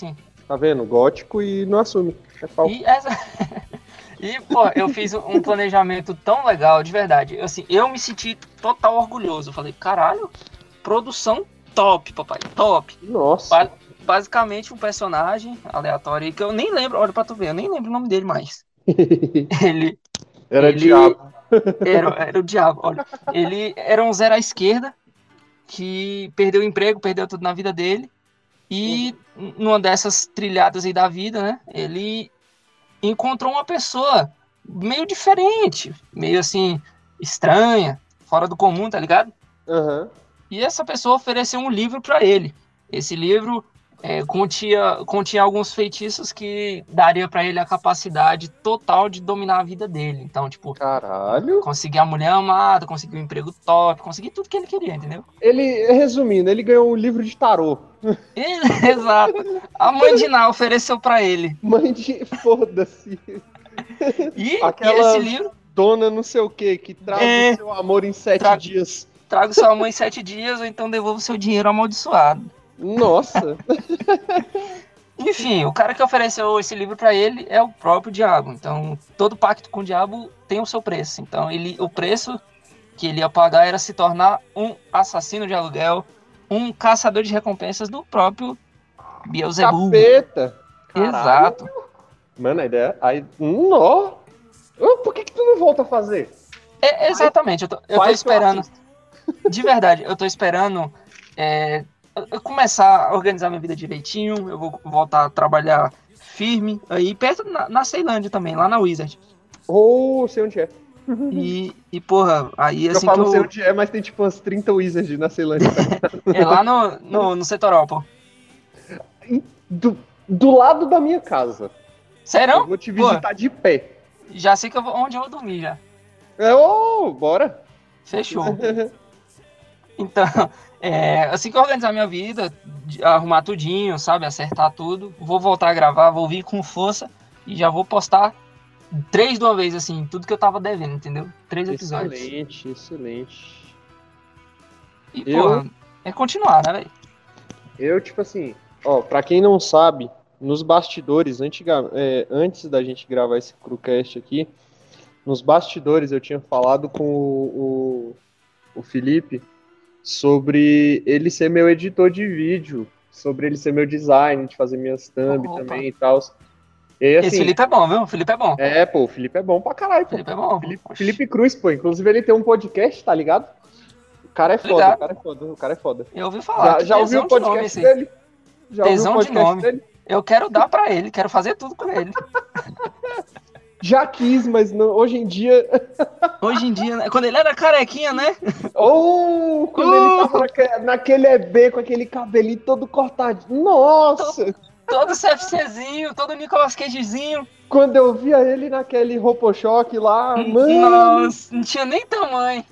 Tá vendo? Gótico e não assume. É falso. E, essa... e, pô, eu fiz um planejamento tão legal, de verdade. Assim, eu me senti total orgulhoso. Eu falei, caralho, produção top, papai, top. Nossa. Ba- basicamente um personagem aleatório que eu nem lembro, olha pra tu ver, eu nem lembro o nome dele mais. Ele... Era ele... diabo. Era, era o diabo, olha. Ele era um zero à esquerda que perdeu o emprego, perdeu tudo na vida dele. E uhum. numa dessas trilhadas aí da vida, né? Ele encontrou uma pessoa meio diferente, meio assim, estranha, fora do comum, tá ligado? Uhum. E essa pessoa ofereceu um livro para ele. Esse livro é, continha, continha alguns feitiços que daria para ele a capacidade total de dominar a vida dele. Então, tipo, caralho, conseguir a mulher amada, conseguir um emprego top, conseguir tudo que ele queria, entendeu? Ele, resumindo, ele ganhou um livro de tarô. Ele, exato. A mãe de Ná ofereceu para ele. Mãe de... Foda-se. E, Aquela e esse livro... dona não sei o que, que traga É, o seu amor em sete tra- dias. Traga sua mãe em sete dias ou então devolva o seu dinheiro amaldiçoado. Nossa. Enfim, o cara que ofereceu esse livro para ele é o próprio diabo. Então, todo pacto com o diabo tem o seu preço. Então, ele, o preço que ele ia pagar era se tornar um assassino de aluguel, um caçador de recompensas do próprio Beelzebub. Capeta. Exato. Mano, a ideia... Aí, nó. Por que que tu não volta a fazer? É, exatamente, eu tô, eu tô esperando... De verdade, eu tô esperando... É, eu começar a organizar minha vida direitinho, eu vou voltar a trabalhar firme, aí perto na, na Ceilândia também, lá na Wizard. Oh, sei onde é. E, e porra, aí assim eu falo que eu... sei onde é, mas tem tipo umas trinta Wizards na Ceilândia. É lá no, no, no Setorópolis. Do, do lado da minha casa. Sério? Eu vou te visitar porra, de pé. Já sei que eu vou, onde eu vou dormir já. É, oh, bora. Fechou. Então, é, assim que eu organizar minha vida, arrumar tudinho, sabe, acertar tudo, vou voltar a gravar, vou vir com força e já vou postar três de uma vez, assim, tudo que eu tava devendo, entendeu? Três episódios. Excelente, excelente. E, eu, porra, é continuar, né, velho? Eu, tipo assim, ó, pra quem não sabe, nos bastidores, antiga, é, antes da gente gravar esse Crucast aqui, nos bastidores eu tinha falado com o, o, o Felipe sobre ele ser meu editor de vídeo, sobre ele ser meu design, de fazer minhas thumb oh, também e tal. E, assim, esse Felipe é bom, viu? O Felipe é bom. É, pô, o Felipe é bom pra caralho, pô. Felipe é bom. Felipe, Felipe Cruz, pô. Inclusive ele tem um podcast, tá ligado? O cara é foda, ligado. o cara é foda, o cara é foda. Eu ouvi falar. Já, já ouviu o podcast de dele? Já Tesão ouviu o podcast de nome. Dele? Eu quero dar pra ele, quero fazer tudo com ele. Já quis, mas não, hoje em dia... Hoje em dia, né? Quando ele era carequinha, né? Oh, quando uh! ele tava naquele, naquele E B com aquele cabelinho todo cortadinho. Nossa! Todo, todo CFCzinho, todo Nicolas Cagezinho. Quando eu via ele naquele RoboShock lá, mano... Nossa, não tinha nem tamanho.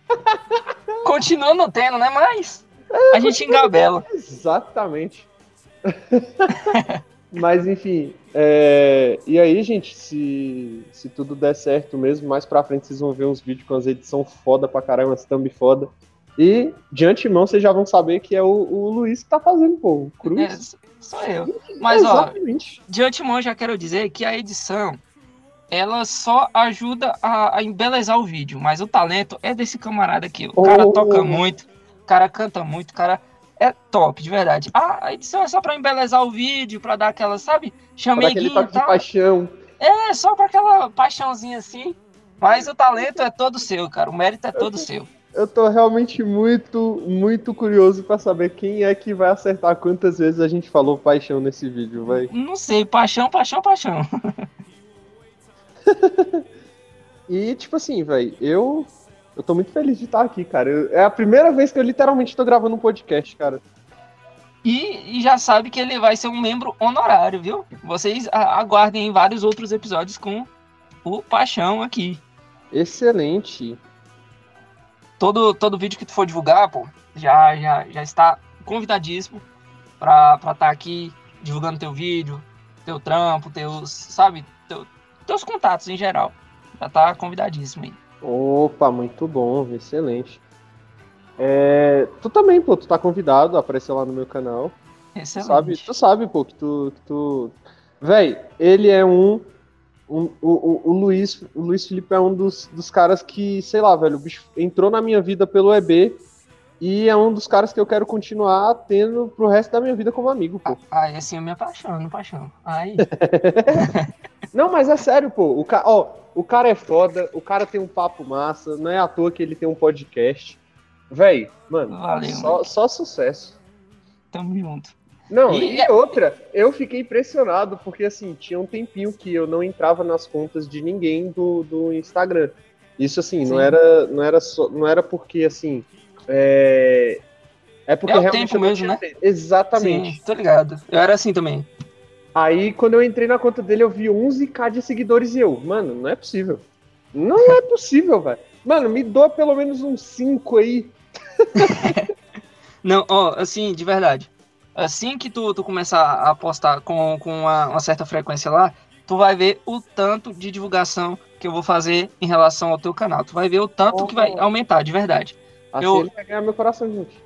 Continua não tendo, né? Mas a gente engabela. Exatamente. Mas enfim, é... e aí, gente, se, se tudo der certo mesmo, mais pra frente vocês vão ver uns vídeos com as edições foda pra caramba, umas thumb foda. E de antemão vocês já vão saber que é o, o Luiz que tá fazendo, pô, o Cruz. É, sou eu. Mas, exatamente. Ó, de antemão já quero dizer que a edição, ela só ajuda a, a embelezar o vídeo, mas o talento é desse camarada aqui. O cara oh. toca muito, o cara canta muito, o cara... É top, de verdade. Ah, a edição é só pra embelezar o vídeo, pra dar aquela, sabe? Chameguinho e tal. De paixão. É, só pra aquela paixãozinha assim. Mas o talento é todo seu, cara. O mérito é todo eu, seu. Eu tô realmente muito, muito curioso pra saber quem é que vai acertar quantas vezes a gente falou paixão nesse vídeo, vai. Não sei, paixão, paixão, paixão. E, tipo assim, velho, eu... Eu tô muito feliz de estar aqui, cara. Eu, é a primeira vez que eu literalmente tô gravando um podcast, cara. E, e já sabe que ele vai ser um membro honorário, viu? Vocês aguardem vários outros episódios com o Paixão aqui. Excelente. Todo, todo vídeo que tu for divulgar, pô, já, já, já está convidadíssimo pra estar tá aqui divulgando teu vídeo, teu trampo, teus, sabe, teu, teus contatos em geral. Já tá convidadíssimo aí. Opa, muito bom, excelente. É, tu também, pô, tu tá convidado a aparecer lá no meu canal. Tu sabe, tu sabe, pô, que tu... Que tu... Véi, ele é um... um o, o, o, Luiz, o Luiz Felipe é um dos, dos caras que, sei lá, velho, o bicho entrou na minha vida pelo E B e é um dos caras que eu quero continuar tendo pro resto da minha vida como amigo, pô. Ah, assim eu me apaixono, me apaixono. Aí... Não, mas é sério, pô. O, ca... Ó, o cara é foda, o cara tem um papo massa, não é à toa que ele tem um podcast. Véi, mano, Valeu, só, só sucesso. Tamo junto. Não, e... e outra, eu fiquei impressionado, porque assim, tinha um tempinho que eu não entrava nas contas de ninguém do, do Instagram. Isso assim, Sim. não era, não era só, não era porque assim, é, é porque é o realmente tempo mesmo, né? Tempo. Exatamente. Sim, tô ligado. Eu era assim também. Aí, quando eu entrei na conta dele, eu vi onze mil de seguidores e eu, mano, não é possível. Não é possível, velho. Mano, me doa pelo menos uns cinco aí. Não, ó, assim, de verdade. Assim que tu, tu começar a postar com, com uma, uma certa frequência lá, tu vai ver o tanto de divulgação que eu vou fazer em relação ao teu canal. Tu vai ver o tanto oh. que vai aumentar, de verdade. Assim eu... ele vai ganhar meu coração, gente.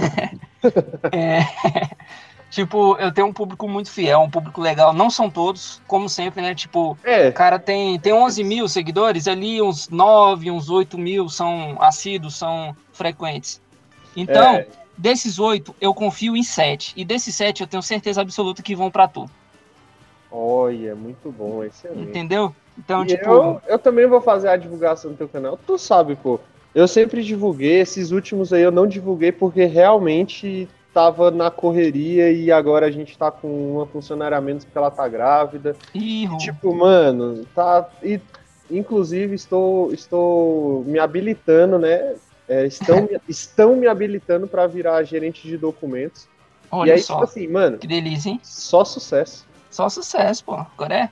é... Tipo, eu tenho um público muito fiel, um público legal. Não são todos, como sempre, né? Tipo, é. o cara tem, tem onze mil seguidores, ali uns nove, uns oito mil são assíduos, são frequentes. Então, é. desses oito, eu confio em sete. E desses sete, eu tenho certeza absoluta que vão pra tu. Olha, muito bom, excelente. Entendeu? Então, e tipo... Eu, eu também vou fazer a divulgação do teu canal. Tu sabe, pô. Eu sempre divulguei, esses últimos aí eu não divulguei porque realmente... tava na correria e agora a gente tá com uma funcionária a menos porque ela tá grávida. Ih, e, tipo, mano, tá. E, inclusive, estou, estou me habilitando, né? É, estão, me, estão me habilitando para virar gerente de documentos. Olha e aí, só, tipo assim, mano. Que delícia, hein? Só sucesso. Só sucesso, pô. Agora é.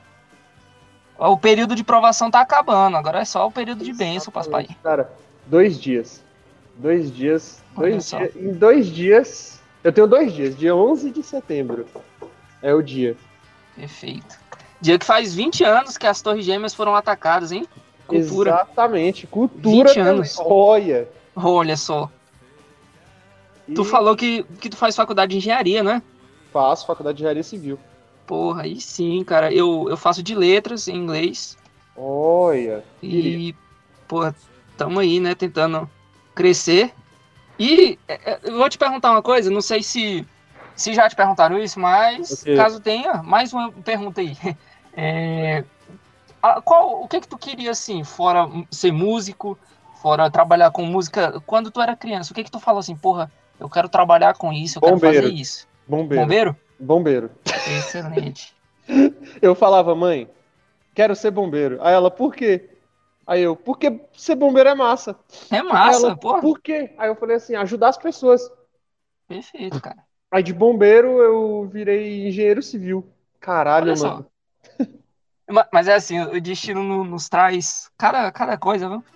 O período de provação tá acabando, agora é só o período de bênção, papai. Cara, dois dias. Dois dias. Dois dias. Em dois dias. Eu tenho dois dias, dia onze de setembro é o dia. Perfeito. Dia que faz vinte anos que as Torres Gêmeas foram atacadas, hein? Cultura. Exatamente, cultura vinte anos. Também. Olha. Olha só. E... Tu falou que, que tu faz faculdade de engenharia, né? Faço faculdade de engenharia civil. Porra, aí sim, cara. Eu, eu faço de letras em inglês. Olha. E, querido. Porra, tamo aí, né? Tentando crescer. E eu vou te perguntar uma coisa, não sei se, se já te perguntaram isso, mas okay. caso tenha, mais uma pergunta aí. É, a, qual, o que que tu queria, assim, fora ser músico, fora trabalhar com música, quando tu era criança, o que que tu falou assim, porra, eu quero trabalhar com isso, eu Bombeiro. quero fazer isso? Bombeiro. Bombeiro? Bombeiro. Excelente. Eu falava, mãe, quero ser bombeiro. Aí ela, por quê? Aí eu, porque ser bombeiro é massa. É massa, pô. Por quê? Aí eu falei assim, ajudar as pessoas. Perfeito, cara. Aí de bombeiro eu virei engenheiro civil. Caralho, Olha mano. Só. Mas é assim, o destino nos traz cada, cada coisa, viu?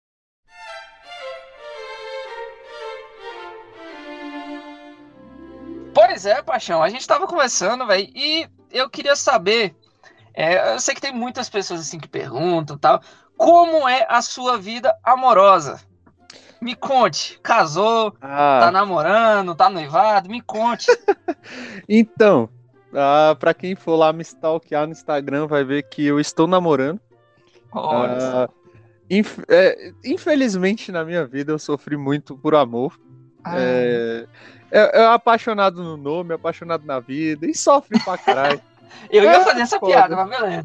Pois é, Paixão, a gente tava conversando, velho, e eu queria saber, é, eu sei que tem muitas pessoas assim que perguntam e tal, como é a sua vida amorosa? Me conte, casou, ah. tá namorando, tá noivado, me conte. Então, ah, pra quem for lá me stalkear no Instagram vai ver que eu estou namorando. Olha. Ah, inf é, infelizmente na minha vida eu sofri muito por amor. Ah. É, eu, eu apaixonado no nome, apaixonado na vida e sofre pra caralho. Eu ia fazer essa foda. piada, mas beleza.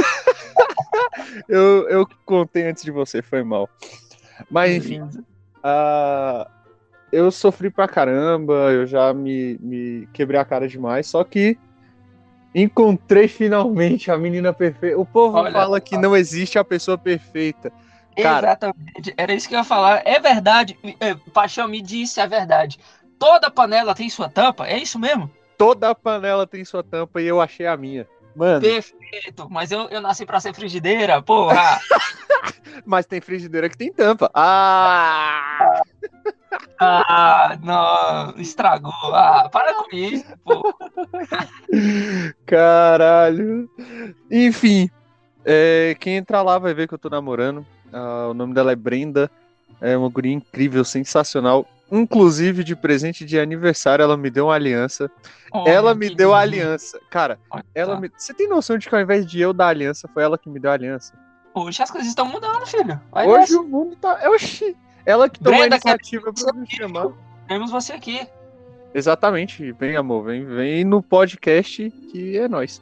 eu, eu contei antes de você, foi mal. Mas enfim, uh, eu sofri pra caramba, eu já me, me quebrei a cara demais, só que encontrei finalmente a menina perfeita. O povo Olha, fala que não existe a pessoa perfeita. Cara, exatamente, era isso que eu ia falar. É verdade, é, Paixão, me disse a verdade. Toda panela tem sua tampa, é isso mesmo? Toda panela tem sua tampa e eu achei a minha. Mano. Perfeito, mas eu, eu nasci pra ser frigideira, porra. Mas tem frigideira que tem tampa. Ah! Ah, não, estragou. Ah, para com isso, pô. Caralho. Enfim, é, quem entrar lá vai ver que eu tô namorando. Ah, o nome dela é Brenda. É uma guria incrível, sensacional. Inclusive, de presente de aniversário, ela me deu uma aliança. Oh, ela me deu lindo. a aliança. Cara, Olha, ela tá. me... Você tem noção de que ao invés de eu dar a aliança, foi ela que me deu a aliança? Hoje as coisas estão mudando, filho. Vai Hoje nessa. o mundo tá... Oxi! Ela que tomou a Brenda, iniciativa pra me chamar. queremos você aqui. Exatamente. Vem, amor. Vem, vem no podcast que é nóis.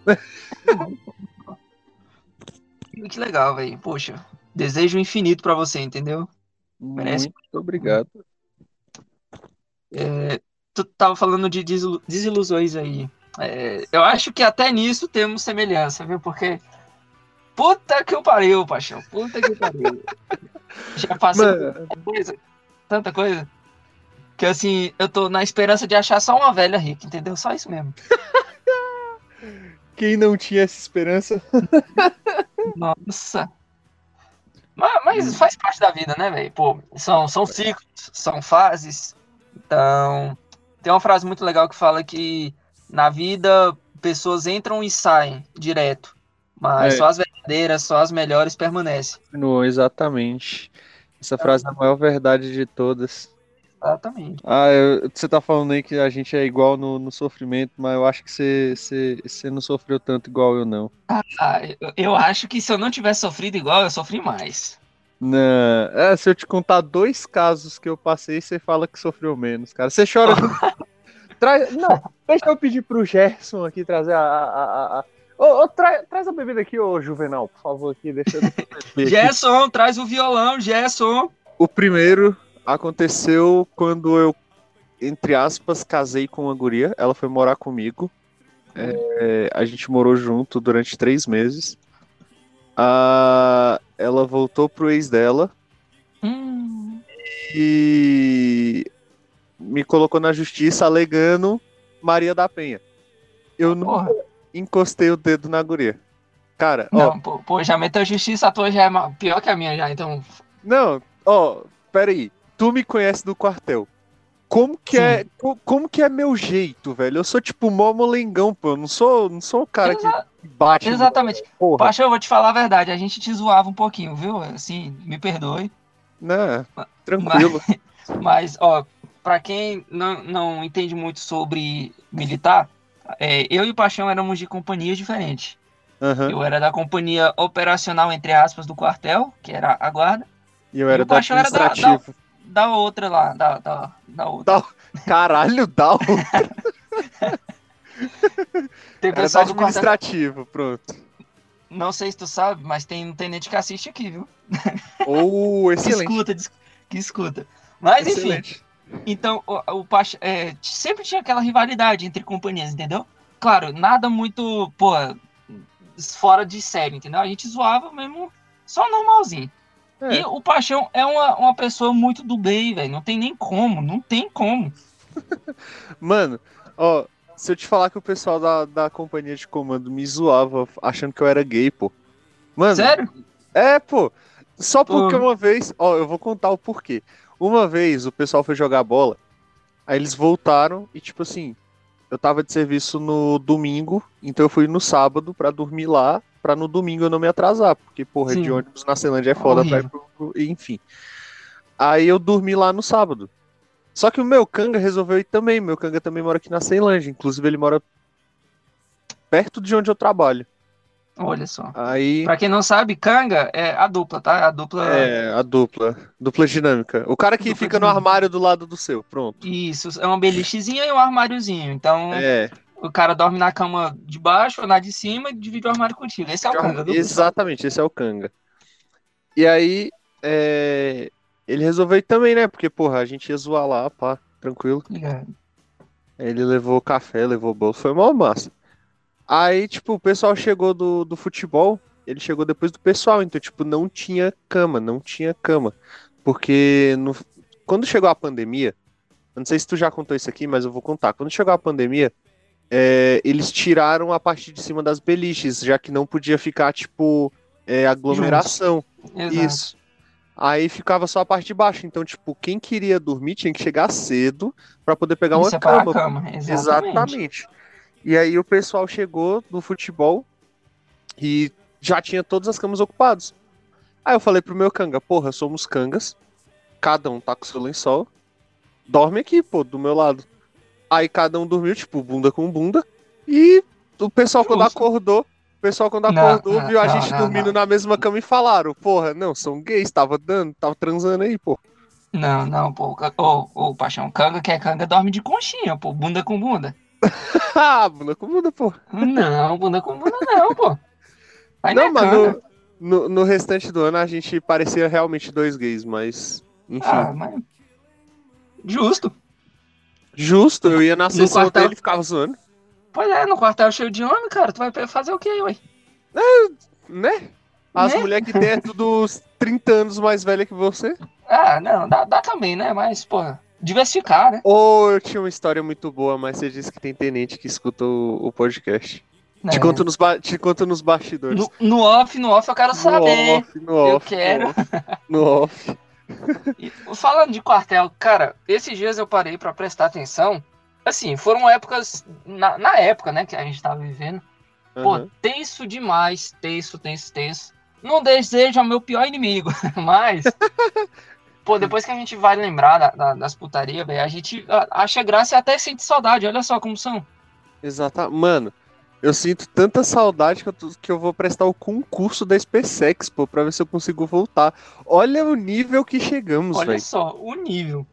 Que legal, velho. Poxa, desejo infinito pra você, entendeu? Merece. Muito obrigado. É, tu tava falando de desilu- desilusões aí. É, eu acho que até nisso temos semelhança, viu? Porque puta que eu pariu, paixão. Puta que eu pariu. Já passei por tanta coisa, tanta coisa, que assim, eu tô na esperança de achar só uma velha rica, entendeu? Só isso mesmo. Quem não tinha essa esperança? Nossa. Mas, mas faz parte da vida, né, velho? Pô, são, são ciclos, são fases. Então, tem uma frase muito legal que fala que na vida pessoas entram e saem direto, mas É. só as verdadeiras, só as melhores permanecem. Não, exatamente. Essa frase é a maior verdade de todas. Exatamente. Ah, eu- você tá falando aí que a gente é igual no, no sofrimento, mas eu acho que você, você, você não sofreu tanto igual eu, não. Ah, eu, eu acho que se eu não tivesse sofrido igual, eu sofri mais. Não. É, se eu te contar dois casos que eu passei, você fala que sofreu menos, cara. Você chora. Traz... Não, deixa eu pedir pro Gerson aqui trazer a. a, a, a... Ô, ô, tra... Traz a bebida aqui, ô Juvenal, por favor, aqui. Deixa eu beber aqui. Gerson, traz o violão, Gerson. O primeiro aconteceu quando eu, entre aspas, casei com uma guria. Ela foi morar comigo. É, a gente morou junto durante três meses. Ah, ela voltou pro ex dela Hum, e me colocou na justiça alegando Maria da Penha. Eu nunca porra. encostei o dedo na guria. Cara, ó. Não, pô, pô, já meteu justiça, a tua já é ma- pior que a minha já, então. Não, ó, peraí. Tu me conhece do quartel. Como que Sim. é, co- como que é meu jeito, velho? Eu sou tipo mó molengão, pô. Eu não sou, não sou o cara Exa- que bate. Exatamente. Porra. Paixão, eu vou te falar a verdade, a gente te zoava um pouquinho, viu? Assim, me perdoe. Não, tranquilo. Mas, mas, ó, pra quem não, não entende muito sobre militar, é, eu e o Paixão éramos de companhias diferentes. Aham. Eu era da companhia operacional, entre aspas, do quartel, que era a guarda. E eu E era o do Paixão era da, da, administrativo. da outra lá, da, da, da outra. Da- Caralho, dá o... Tem Era do pessoal do quartel. administrativo, pronto. Não sei se tu sabe, mas tem um tenente que assiste aqui, viu? Ou Que excelente. escuta, dis- que escuta. Mas enfim, Excelente. então o, o Pacha, é, t- sempre tinha aquela rivalidade entre companhias, entendeu? Claro, nada muito, pô, fora de série, entendeu? A gente zoava mesmo, só normalzinho. É. E o Paixão é uma, uma pessoa muito do bem, velho. Não tem nem como, não tem como. Mano, ó, se eu te falar que o pessoal da, da companhia de comando me zoava achando que eu era gay, pô. Mano, Sério? é, pô. Só porque Pô. uma vez, ó, eu vou contar o porquê. Uma vez o pessoal foi jogar bola, aí eles voltaram e tipo assim, eu tava de serviço no domingo, então eu fui no sábado pra dormir lá, pra no domingo eu não me atrasar, porque porra, Sim. de ônibus na Ceilândia é foda pra ir Horrível. pro, pro- enfim. Aí eu dormi lá no sábado. Só que o meu canga resolveu ir também, meu canga também mora aqui na Ceilândia, inclusive ele mora perto de onde eu trabalho. Olha só. Aí Pra quem não sabe, canga é a dupla, tá? A dupla. é a dupla, dupla dinâmica. O cara que Dupla fica no dinâmica. armário do lado do seu, pronto. Isso, é uma belichezinha e um armáriozinho. Então, É, o cara dorme na cama de baixo ou na de cima e divide o armário contigo. Esse é o canga, dupla. exatamente, esse é o canga. E aí, é, ele resolveu ir também, né? Porque, porra, a gente ia zoar lá, pá, tranquilo. Ligado. Aí ele levou café, levou bolo, foi mó massa. Aí, tipo, o pessoal chegou do, do futebol, ele chegou depois do pessoal, então, tipo, não tinha cama, não tinha cama. Porque no, quando chegou a pandemia, eu não sei se tu já contou isso aqui, mas eu vou contar. Quando chegou a pandemia, é, eles tiraram a parte de cima das beliches, já que não podia ficar, tipo, é, aglomeração. Exato. Isso. Aí ficava só a parte de baixo. Então, tipo, quem queria dormir tinha que chegar cedo pra poder pegar E uma separar cama. a cama. Exatamente. Exatamente. E aí o pessoal chegou no futebol e já tinha todas as camas ocupadas. Aí eu falei pro meu canga, porra, somos cangas, cada um tá com seu lençol, dorme aqui, pô, do meu lado. Aí cada um dormiu, tipo, bunda com bunda. E o pessoal Justo. quando acordou, o pessoal quando Não, acordou, não, viu a não, gente não, dormindo não. na mesma cama e falaram, porra, não, são gays, tava dando, tava transando aí, pô. Não, não, pô. Ô, ô, Paixão, canga que é canga dorme de conchinha, pô. Bunda com bunda. Ah, bunda com bunda, pô. Não, bunda com bunda não, pô. Aí não Não, é mas canga. no, no, no restante do ano a gente parecia realmente dois gays, mas, enfim. Ah, mas. Justo. Justo, No, eu ia na no sessão quartel. dele e ficava zoando, Pois é, no quartel cheio de homem, cara. Tu vai fazer o quê, ué? né? As Né? mulheres que tem é tudo uns trinta anos mais velha que você. Ah, não, dá, dá também, né? Mas, pô, diversificar, né? Ou eu tinha uma história muito boa, mas você disse que tem tenente que escuta o, o podcast. Te É. conto, nos ba- te conto nos bastidores. No, no off, no off eu quero No saber. off, no Eu off, no quero. off, no off. E, falando de quartel, cara, esses dias eu parei pra prestar atenção. Assim, foram épocas. Na, na época, né, que a gente tava vivendo. Pô, Uhum. tenso demais. Tenso, tenso, tenso. Não desejo ao meu pior inimigo. Mas. Pô, depois que a gente vai lembrar da, da, das putarias, velho, a gente a, acha graça e até sente saudade. Olha só como são. Exato. Mano, eu sinto tanta saudade que eu, tô- que eu vou prestar o concurso da SpaceX, pô, pra ver se eu consigo voltar. Olha o nível que chegamos, Olha velho. só, o nível.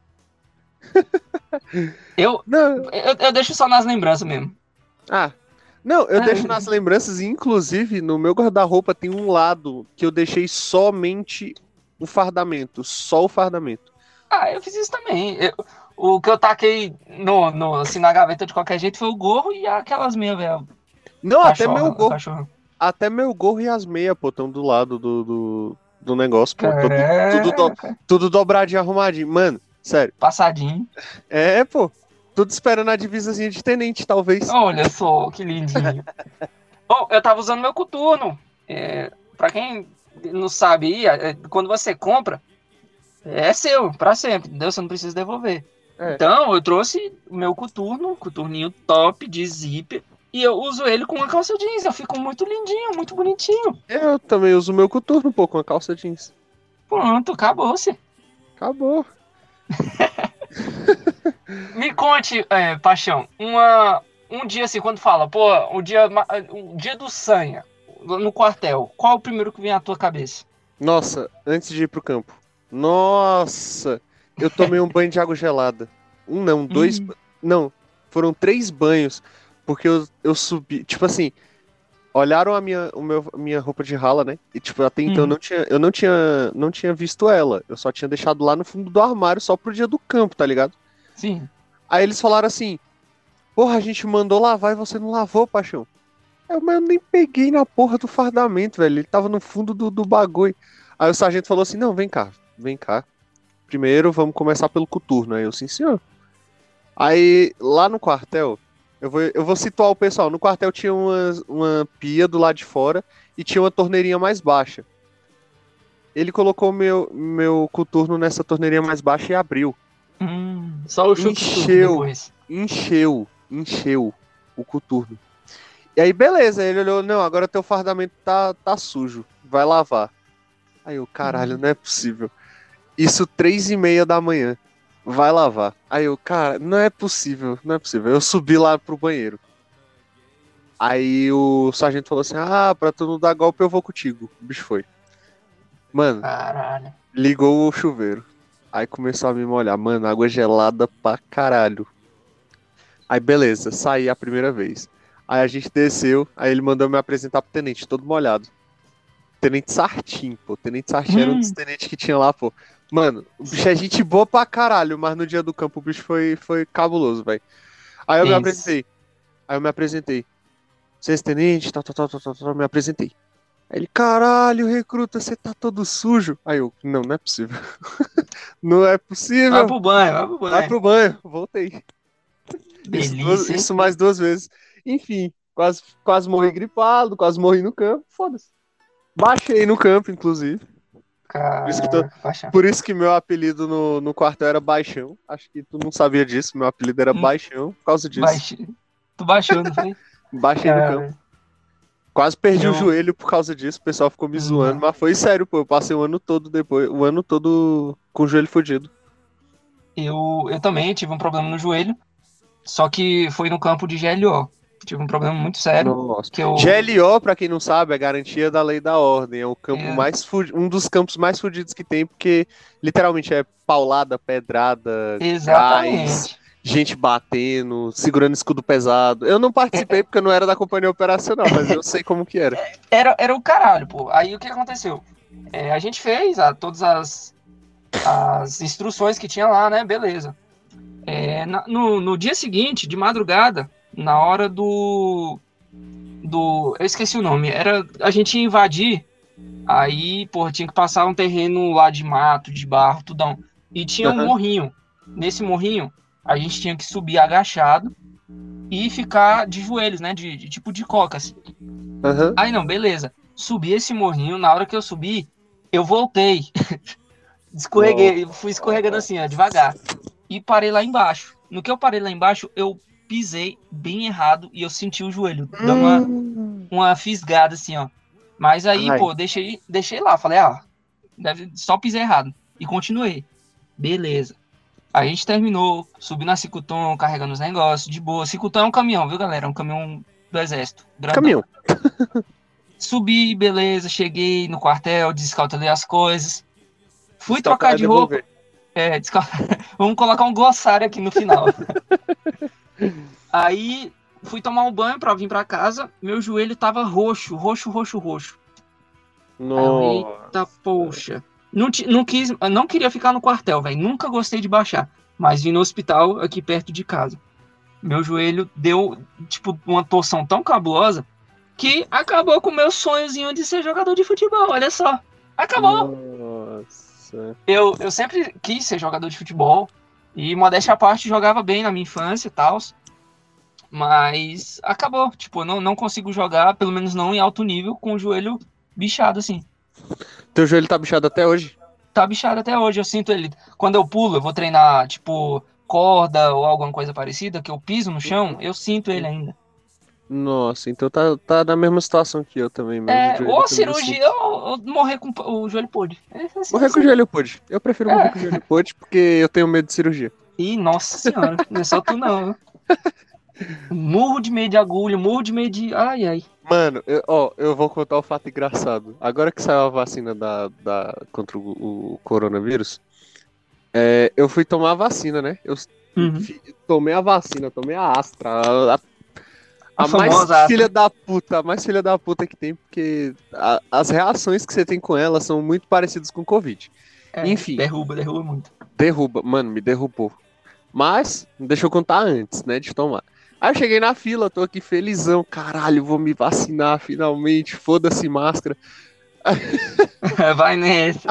Eu, Não, eu, eu deixo só nas lembranças mesmo. ah, não, eu É. deixo nas lembranças, e inclusive no meu guarda-roupa tem um lado que eu deixei somente o fardamento, só o fardamento. Ah, eu fiz isso também. Eu- o que eu taquei no, no, assim, na gaveta de qualquer jeito foi o gorro e aquelas meias, velho. Não, até meu Cachorro, gorro, cachorro. até meu gorro e as meias, pô, estão do lado do, do, do negócio, pô, tudo, tudo, do- Caraca. tudo dobradinho, arrumadinho. Mano, sério, Passadinho. é, pô, tudo esperando a divisazinha de tenente, talvez. Olha só, que lindinho. Bom, eu tava usando meu coturno. É, pra quem não sabe, é, quando você compra, é seu, pra sempre, entendeu? Você não precisa devolver. É. Então, eu trouxe o meu coturno, coturninho top de zíper, e eu uso ele com uma calça jeans. Eu fico muito lindinho, muito bonitinho. Eu também uso meu coturno, pô, com a calça jeans. Pronto, acabou-se. Acabou. Me conte, é, Paixão, uma, um dia assim, quando fala, pô, o dia, ma- o dia do Sanha, no quartel, qual o primeiro que vem à tua cabeça? Nossa, antes de ir pro campo. Nossa, eu tomei um banho de água gelada. Um não, dois. Hum. Não, foram três banhos. Porque eu, eu subi. Tipo assim, olharam a minha, o meu, minha roupa de rala, né? E tipo, até então eu Hum. não tinha, eu não tinha, não tinha visto ela. Eu só tinha deixado lá no fundo do armário só pro dia do campo, tá ligado? Sim. Aí eles falaram assim: porra, a gente mandou lavar e você não lavou, paixão. Eu, mas eu nem peguei na porra do fardamento, velho. Ele tava no fundo do, do bagulho. Aí o sargento falou assim: não, vem cá, vem cá. Primeiro vamos começar pelo coturno. Aí eu, sim, senhor. Aí lá no quartel, eu vou, eu vou situar o pessoal. No quartel tinha uma, uma pia do lado de fora e tinha uma torneirinha mais baixa. Ele colocou meu, meu coturno nessa torneirinha mais baixa e abriu. Hum, só o chute Encheu. depois. Encheu, encheu o coturno. E aí, beleza, ele olhou, não, agora teu fardamento tá, tá sujo, vai lavar. Aí eu, caralho, não é possível. Isso três e meia da manhã, vai lavar. Aí eu, cara, não é possível, não é possível. Eu subi lá pro banheiro. Aí o sargento falou assim, ah, pra tu não dar golpe eu vou contigo. O bicho foi. Mano, Caralho. ligou o chuveiro. Aí começou a me molhar. Mano, água gelada pra caralho. Aí beleza, saí a primeira vez. Aí a gente desceu, aí ele mandou me apresentar pro tenente, todo molhado. Tenente Sartim, pô. Tenente Sartim era um dos Hum. tenentes que tinha lá, pô. Mano, o bicho é gente boa pra caralho, mas no dia do campo o bicho foi, foi cabuloso, velho. Aí eu me Isso. apresentei. Aí eu me apresentei. Vocês, tenente, tal, tal, tal, tal, tal, tal, me apresentei. Aí ele, caralho, recruta, você tá todo sujo. Aí eu, não, não é possível. Não é possível. Vai pro banho, vai pro Vai banho. pro banho, voltei. Isso, duas- Delícia, hein? isso mais duas vezes. Enfim, quase, quase morri gripado, quase morri no campo. Foda-se. Baixei no campo, inclusive. Por isso que, tô- Caraca, Paixão. por isso que meu apelido no, no quartel era Baixão. Acho que tu não sabia disso. Meu apelido era Hum. Baixão por causa disso. Baixi- Tu baixou, não foi? Baixei no campo. Cara, Quase perdi Eu- o joelho por causa disso. O pessoal ficou me Hum. zoando. Mas foi sério, pô. Eu passei o ano todo depois. O ano todo com o joelho fudido. eu, eu também tive um problema no joelho, só que foi no campo de G L O. Tive um problema muito sério. Nossa. Que eu... G L O, pra quem não sabe, é garantia da lei da ordem. É o campo É. mais fu- um dos campos mais fudidos que tem, porque literalmente é paulada, pedrada, Exatamente. gás, gente batendo, segurando escudo pesado. Eu não participei porque eu não era da companhia operacional, mas eu sei como que era. Era, era o caralho, pô. Aí o que aconteceu? É, a gente fez a, todas as, as instruções que tinha lá, né? Beleza. É, na- no, no dia seguinte, de madrugada, na hora do. do eu esqueci o nome. Era, a gente ia invadir. Aí, porra, tinha que passar um terreno lá de mato, de barro, tudão. E tinha um Aham. morrinho. Nesse morrinho, a gente tinha que subir agachado e ficar de joelhos, né? De, de tipo de cocas. Aham. Aí não, beleza. Subi esse morrinho, na hora que eu subi, eu voltei. Escorreguei, fui escorregando assim, ó, devagar. E parei lá embaixo. No que eu parei lá embaixo, eu pisei bem errado e eu senti o joelho dando uma, Hum. uma fisgada assim, ó. Mas aí, Ai. pô, deixei, deixei lá. Falei, ah, deve, só pisei errado. E continuei. Beleza. A gente terminou, subi na Cicuton, carregando os negócios, de boa. Cicuton é um caminhão, viu, galera? É um caminhão do exército. grandão. Caminhão. Subi, beleza, cheguei no quartel, descautelei as coisas. Fui Descalcar trocar é de roupa. devolver. É, descal... Vamos colocar um glossário aqui no final. Aí fui tomar um banho pra vir pra casa. Meu joelho tava roxo, roxo, roxo, roxo. Aí eu, Nossa. eita, poxa. Não, ti- não, quis, eu não queria ficar no quartel, velho. Nunca gostei de baixar. Mas vim no hospital aqui perto de casa. Meu joelho deu, tipo, uma torção tão cabulosa que acabou com o meu sonhozinho de ser jogador de futebol. Olha só. Acabou. Nossa. Eu, eu sempre quis ser jogador de futebol. E, modéstia à parte, jogava bem na minha infância e tal. Mas acabou. Tipo, eu não, não consigo jogar, pelo menos não em alto nível, com o joelho bichado assim. Teu joelho tá bichado até hoje? Tá bichado até hoje. Eu sinto ele. Quando eu pulo, eu vou treinar, tipo, corda ou alguma coisa parecida, que eu piso no chão, eu sinto ele ainda. Nossa, então tá, tá na mesma situação que eu também, meu É, joelho ou também cirurgia ou, ou morrer com o joelho podre. É, assim, Morrer com o assim. joelho pode. Eu prefiro morrer É. com o joelho pode porque eu tenho medo de cirurgia. Ih, nossa senhora, não é só tu não. Viu? Murro de meio de agulha, murro de meio de. Ai, ai. Mano, eu- ó, eu vou contar um fato engraçado. Agora que saiu a vacina da, da, contra o, o coronavírus, é, eu fui tomar a vacina, né? Eu Uhum. fi- tomei a vacina, tomei a Astra. A, a- A a mais famosa Astra. filha da puta, a mais filha da puta que tem, porque a- as reações que você tem com ela são muito parecidas com o Covid. É, Enfim. Derruba, derruba muito. Derruba, mano, me derrubou. Mas, deixa eu contar antes, né, de tomar. Aí eu cheguei na fila, tô aqui felizão, caralho, vou me vacinar finalmente, foda-se máscara. Vai nessa.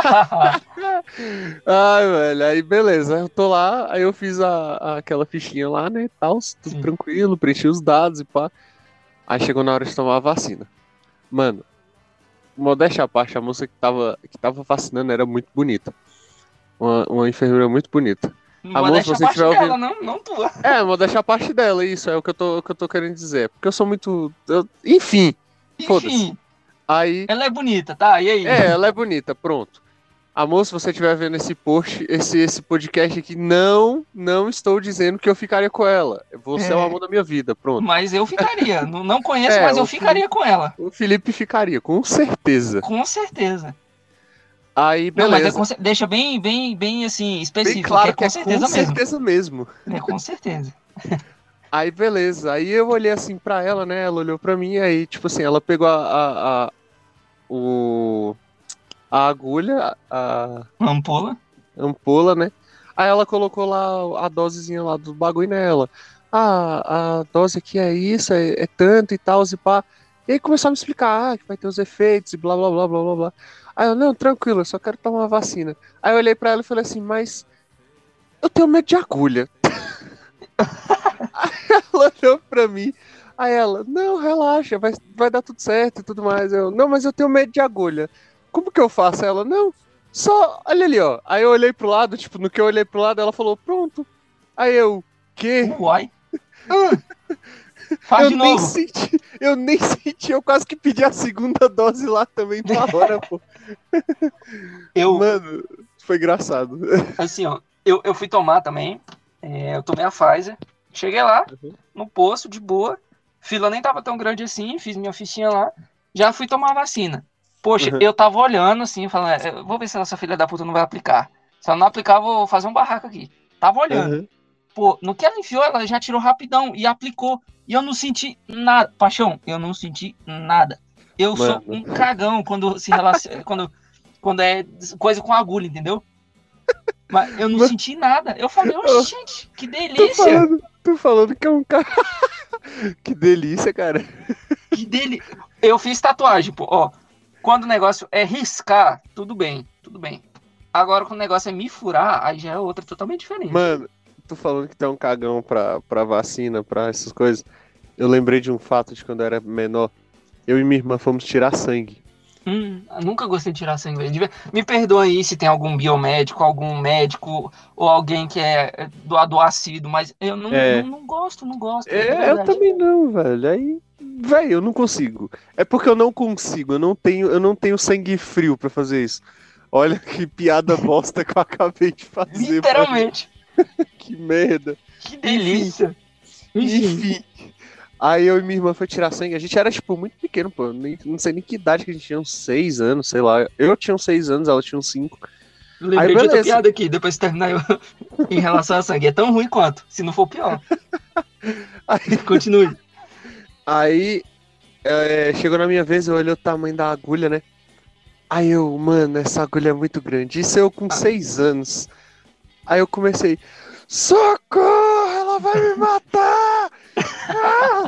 Ai, velho, aí beleza, eu tô lá, aí eu fiz a, a- aquela fichinha lá, né, tal, tudo Sim. tranquilo, preenchi os dados e pá. Aí chegou na hora de tomar a vacina. Mano, modéstia à parte, a moça que tava, que tava vacinando era muito bonita. Uma, uma enfermeira muito bonita. Não A vou moça, deixar você parte tiver dela, não, não tua. É, modéstia à parte dela, isso é o que eu tô, o que eu tô querendo dizer. Porque eu sou muito. eu- enfim, foda-se. Enfim, Aí. ela é bonita, tá? E aí? É, ela é bonita, pronto. Amor, se você estiver vendo esse post, esse, esse podcast aqui, não, não estou dizendo que eu ficaria com ela. Você é, o É. amor da minha vida, pronto. Mas eu ficaria. Não, não conheço, É, mas eu o ficaria com ela. O Felipe ficaria, com certeza. Com certeza. Aí, Não, mas é beleza. com cer- deixa bem, bem, bem assim, Bem específico, claro que é com certeza com mesmo. certeza mesmo. É com certeza. Aí, beleza. Aí eu olhei assim pra ela, né? Ela olhou pra mim, aí, tipo assim, ela pegou a, a, a- o, a agulha, a Ampola. ampola, né? Aí ela colocou lá a dosezinha lá do bagulho nela. Ah, a dose aqui é isso, é, é tanto e tal, e pá. E aí começou a me explicar, ah, que vai ter os efeitos e blá blá blá blá blá blá. Aí eu, não, tranquilo, eu só quero tomar uma vacina. Aí eu olhei pra ela e falei assim, mas eu tenho medo de agulha. Aí ela olhou pra mim, aí ela, não, relaxa, vai, vai dar tudo certo e tudo mais. Eu, não, mas eu tenho medo de agulha. Como que eu faço? Aí ela, não, só, olha ali, ó. Aí eu olhei pro lado, tipo, no que eu olhei pro lado, ela falou, pronto. Aí eu, quê? Uai. Hum. Faz eu de nem novo. senti, eu nem senti, eu quase que pedi a segunda dose lá também na hora, pô. Eu, Mano, foi engraçado. assim, ó, eu, eu fui tomar também. É, eu tomei a Pfizer. Cheguei lá, Uhum. no posto, de boa. Fila nem tava tão grande assim, fiz minha fichinha lá. Já fui tomar a vacina. Poxa, Uhum. eu tava olhando assim, falando, é, vou ver se essa filha da puta não vai aplicar. Se ela não aplicar, eu vou fazer um barraco aqui. Tava olhando. Uhum. Pô, no que ela enfiou, ela já tirou rapidão e aplicou. E eu não senti nada. Paixão, eu não senti nada. Eu Mano. sou um cagão quando se relaciona. quando, quando é coisa com agulha, entendeu? Mas eu não Mano. senti nada. Eu falei, oh, gente, que Tô delícia! falando, tô falando que é um cara. Que delícia, cara. Que delícia! Eu fiz tatuagem, pô. Ó, quando o negócio é riscar, tudo bem, tudo bem. Agora, quando o negócio é me furar, aí já é outra totalmente diferente. Mano, tô falando que tu é um cagão pra, pra vacina, pra essas coisas. Eu lembrei de um fato de quando eu era menor. Eu e minha irmã fomos tirar sangue. Hum, eu nunca gostei de tirar sangue, velho. Devia- Me perdoa aí se tem algum biomédico, algum médico ou alguém que é doador assíduo, mas eu não, É. não, não gosto, não gosto. de É, eu verdade. também não, velho. Aí, velho, eu não consigo. É porque eu não consigo, eu não tenho, eu não tenho sangue frio pra fazer isso. Olha que piada bosta que eu acabei de fazer. Literalmente. mano. Que merda. Que delícia. Enfim. Enfim. Aí eu e minha irmã foi tirar sangue. A gente era, tipo, muito pequeno, pô. Nem, não sei nem que idade que a gente tinha, uns seis anos, sei lá. Eu tinha uns seis anos, ela tinha uns cinco. Lembrei Aí, de outra beleza. piada aqui, depois de terminar eu... em relação a sangue. É tão ruim quanto, se não for pior. Aí, Continue. aí é, chegou na minha vez, eu olhei o tamanho da agulha, né? Aí eu, mano, essa agulha é muito grande. Isso eu com Ah. seis anos. Aí eu comecei, socorro, ela vai me matar! Ah!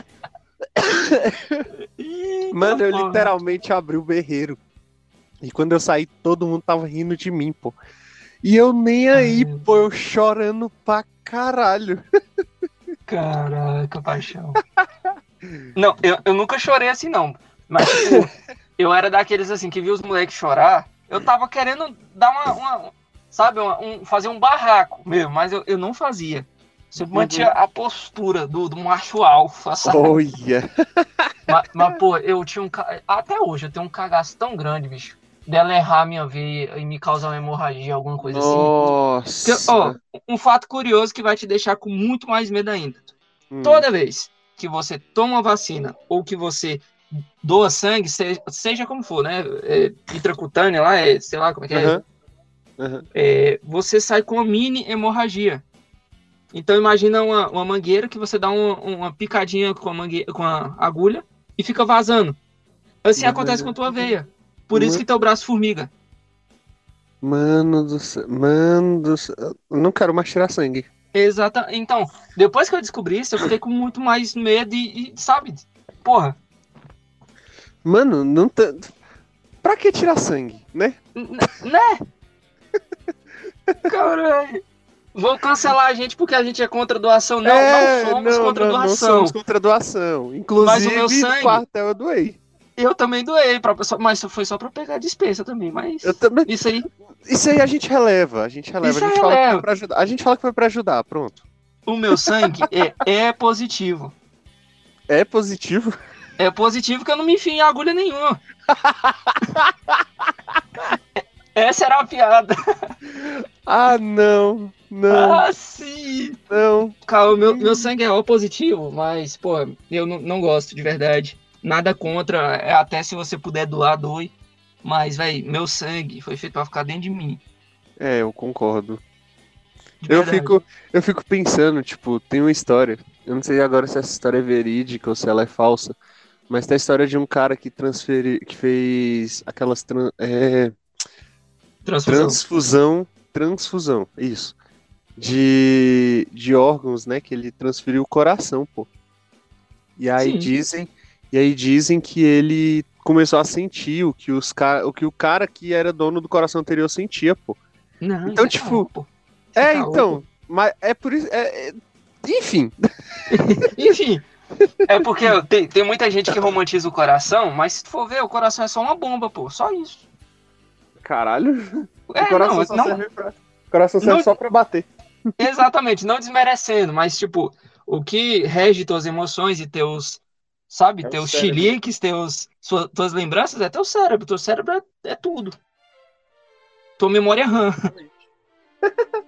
Mano, eu porra. literalmente abri o berreiro. E quando eu saí, todo mundo tava rindo de mim, pô. E eu nem aí, Ai, pô, eu chorando pra caralho. Caraca, paixão. Não, eu, eu nunca chorei assim, não. Mas, tipo, eu era daqueles, assim, que viu os moleques chorar. Eu tava querendo dar uma... uma sabe, uma- um, fazer um barraco mesmo, mas eu, eu não fazia. Sempre Uhum. mantinha a postura do, do macho alfa, sabe? Olha. Mas, mas, pô, eu tinha um... ca- Até hoje, eu tenho um cagaço tão grande, bicho. Dela errar a minha veia e me causar uma hemorragia, alguma coisa assim. Nossa. Porque, ó, um fato curioso que vai te deixar com muito mais medo ainda. Hum. Toda vez que você toma vacina ou que você doa sangue, se- seja como for, né? É, intracutânea lá, é, sei lá como é que é. Aham. Aham. É, você sai com uma mini hemorragia. Então imagina uma, uma mangueira que você dá uma, uma picadinha com a, mangue, com a agulha e fica vazando. Assim Mano. acontece com a tua veia. Por isso que teu braço formiga. Mano do céu. Mano do céu. Eu não quero mais tirar sangue. Exata. Então, depois que eu descobri isso, eu fiquei com muito mais medo e, e, sabe? Porra. Mano, não tá. Pra que tirar sangue, né? N- Né? Caralho. Vou cancelar a gente porque a gente é contra doação. Não, É, não somos não, contra não, doação. Não somos contra doação. Inclusive, Mas o meu sangue- no quartel eu doei. Eu também doei, pra, pessoa- mas foi só pra pegar a dispensa também. Mas Eu também. isso aí, Isso aí a gente releva. A gente releva. Isso a gente aí fala que releva. foi pra ajudar. A gente fala que foi pra ajudar. Pronto. o meu sangue é, é positivo. É positivo. É positivo que eu não me enfio em agulha nenhuma. Essa era a piada. Ah, não. Não, Ah, sim. não. Calma, meu, meu sangue é O positivo, mas, pô, eu não, não gosto de verdade. Nada contra, é, até se você puder doar, doe. Mas, velho, meu sangue foi feito pra ficar dentro de mim. É, eu concordo. De Eu verdade. fico, eu fico pensando, tipo, tem uma história. Eu não sei agora se essa história é verídica ou se ela é falsa. Mas tem a história de um cara que transferi, que fez aquelas tran- é, Transfusão. transfusão, transfusão, isso. De, de órgãos, né? Que ele transferiu o coração, pô. E aí Sim. dizem, e aí dizem que ele começou a sentir o que, os ca- o que o cara que era dono do coração anterior sentia, pô. Não, Então, isso tipo, caô, pô. Isso É, caô, então, mas é por isso. é- é- enfim, pô. Enfim, é porque tem, tem muita gente que romantiza o coração, mas se tu for ver, o coração é só uma bomba, pô. Só isso. caralho. É, o coração não, só não, serve pra. O coração serve não- só pra bater. exatamente, não desmerecendo, mas, tipo, o que rege tuas emoções e teus, sabe, É o teus cérebro. chiliques, teus, sua- tuas lembranças é teu cérebro. Teu cérebro é, é tudo. Tua memória RAM.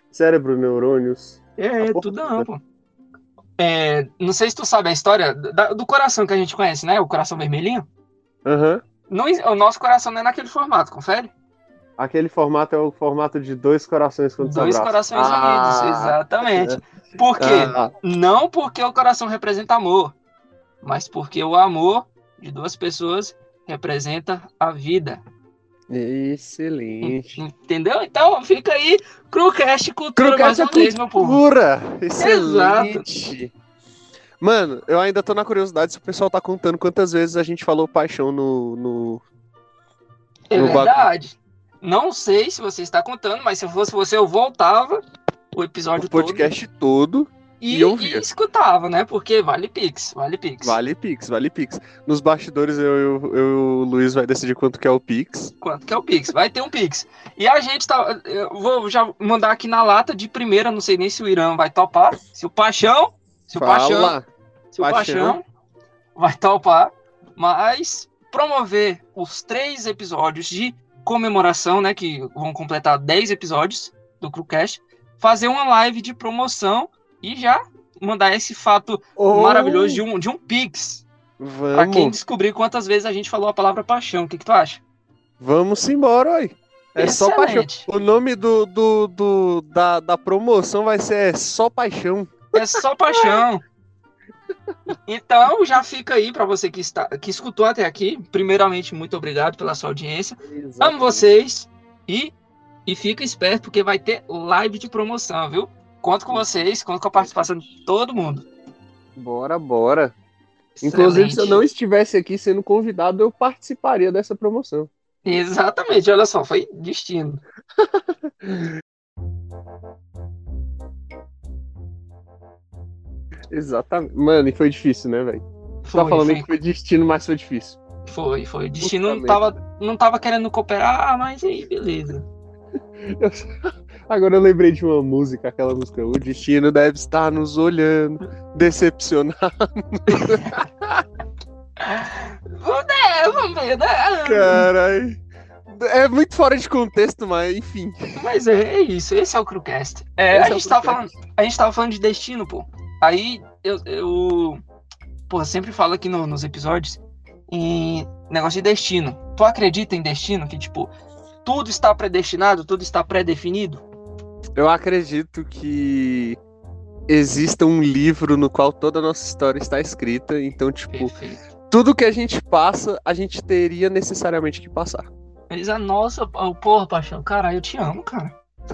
cérebro, neurônios. É, tudo não, pô. É, não sei se tu sabe a história da, do coração que a gente conhece, né? O coração vermelhinho. Aham. Uhum. O nosso coração não é naquele formato, confere? Aquele formato é o formato de dois corações quando Dois se corações ah, unidos, exatamente. Por quê? Ah. Não porque o coração representa amor, mas porque o amor de duas pessoas representa a vida. Excelente. Entendeu? Então fica aí, Crucast Cultura Crucast mais uma vez, meu povo. Cultura! Excelente! Exato. Mano, eu ainda tô na curiosidade se o pessoal tá contando quantas vezes a gente falou paixão no... no... É no verdade. Bagulho. Não sei se você está contando, mas se eu fosse você, eu voltava o episódio o podcast todo. todo E, e ouvia. E escutava, né? Porque vale Pix, vale Pix. Vale Pix, vale Pix. Nos bastidores, eu, eu, eu o Luiz vai decidir quanto que é o Pix. Quanto que é o Pix, vai ter um Pix. E a gente tá... Eu vou já mandar aqui na lata de primeira, não sei nem se o Irã vai topar. Se o Paixão... Se o Fala. Paixão... Se o Paixão. Paixão vai topar. Mas promover os três episódios de comemoração, né? Que vão completar dez episódios do Crucast. Fazer uma live de promoção e já mandar esse fato oh. maravilhoso de um, de um Pix. Vamos. Pra quem descobrir quantas vezes a gente falou a palavra paixão. O que, que tu acha? Vamos embora, oi. É Excelente. Só paixão. O nome do, do, do, da, da promoção vai ser Só Paixão. É Só Paixão. Então, já fica aí para você que, está, que escutou até aqui. Primeiramente, muito obrigado pela sua audiência. Exatamente. Amo vocês e, e fica esperto porque vai ter live de promoção, viu? Conto com vocês, conto com a participação de todo mundo. Bora, bora. Excelente. Inclusive, se eu não estivesse aqui sendo convidado, eu participaria dessa promoção. Exatamente, olha só, foi destino. Exatamente. Mano, e foi difícil, né, velho? Você tá falando foi. que foi destino, mas foi difícil. Foi, foi. O destino não tava, não tava querendo cooperar, mas aí, beleza. Eu... Agora eu lembrei de uma música, aquela música, o destino deve estar nos olhando, decepcionado. Vamos ver, né? Caralho. É muito fora de contexto, mas enfim. Mas é, é isso, esse é o Crucast. É, a, gente é tava falando, a gente tava falando de destino, pô. Aí eu, eu pô, sempre falo aqui no, nos episódios em negócio de destino. Tu acredita em destino? Que tipo, tudo está predestinado, tudo está pré-definido? Eu acredito que exista um livro no qual toda a nossa história está escrita. Então, tipo, perfeito. Tudo que a gente passa, a gente teria necessariamente que passar. Eles, a nossa, porra, paixão, caralho, eu te amo, cara.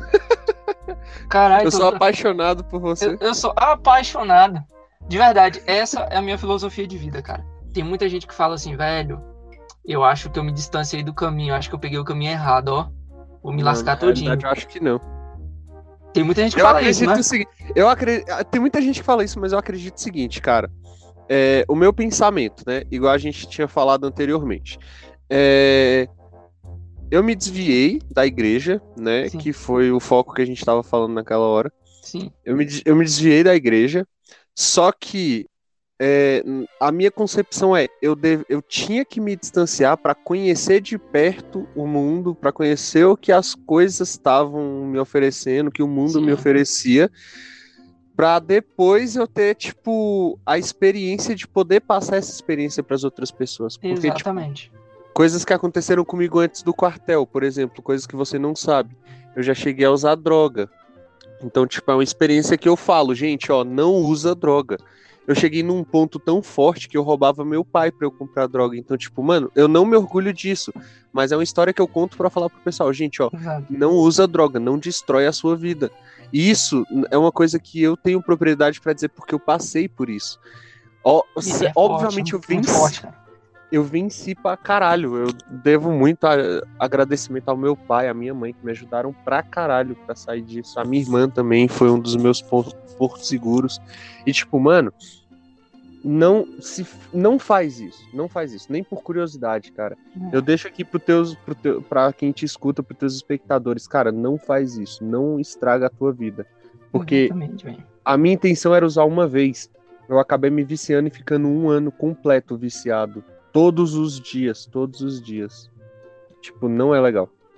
Caralho, eu sou tô... apaixonado por você. Eu, eu sou apaixonado. De verdade, essa é a minha filosofia de vida, cara. Tem muita gente que fala assim, velho, eu acho que eu me distanciei do caminho, eu acho que eu peguei o caminho errado, ó. Vou me não, lascar todinho. Na verdade, eu acho que não. Tem muita gente que eu fala isso, né? Seguinte, eu acredito, tem muita gente que fala isso, mas eu acredito o seguinte, cara. É, o meu pensamento, né? Igual a gente tinha falado anteriormente. É, eu me desviei da igreja, né? Sim. Que foi o foco que a gente estava falando naquela hora. Sim. Eu me, eu me desviei da igreja, só que é, a minha concepção é, eu, deve, eu tinha que me distanciar para conhecer de perto o mundo, para conhecer o que as coisas estavam me oferecendo, o que o mundo Sim. me oferecia, para depois eu ter, tipo, a experiência de poder passar essa experiência para as outras pessoas. Porque, exatamente. Tipo, coisas que aconteceram comigo antes do quartel, por exemplo, coisas que você não sabe. Eu já cheguei a usar droga. Então, tipo, é uma experiência que eu falo, gente, ó, não usa droga. Eu cheguei num ponto tão forte que eu roubava meu pai pra eu comprar droga. Então, tipo, mano, eu não me orgulho disso. Mas é uma história que eu conto pra falar pro pessoal, gente, ó, exato. Não usa droga, não destrói a sua vida. E isso é uma coisa que eu tenho propriedade pra dizer porque eu passei por isso. Ó, é obviamente forte, eu venci. Eu venci pra caralho. Eu devo muito a, agradecimento ao meu pai, à minha mãe, que me ajudaram pra caralho pra sair disso. A minha irmã também foi um dos meus portos seguros. E tipo, mano, não, se, não faz isso. Não faz isso. Nem por curiosidade, cara. É. Eu deixo aqui pro teus, pro teu, pra quem te escuta, pros teus espectadores. Cara, não faz isso. Não estraga a tua vida. Porque a minha intenção era usar uma vez. Eu acabei me viciando e ficando um ano completo viciado. Todos os dias, todos os dias. Tipo, não é legal.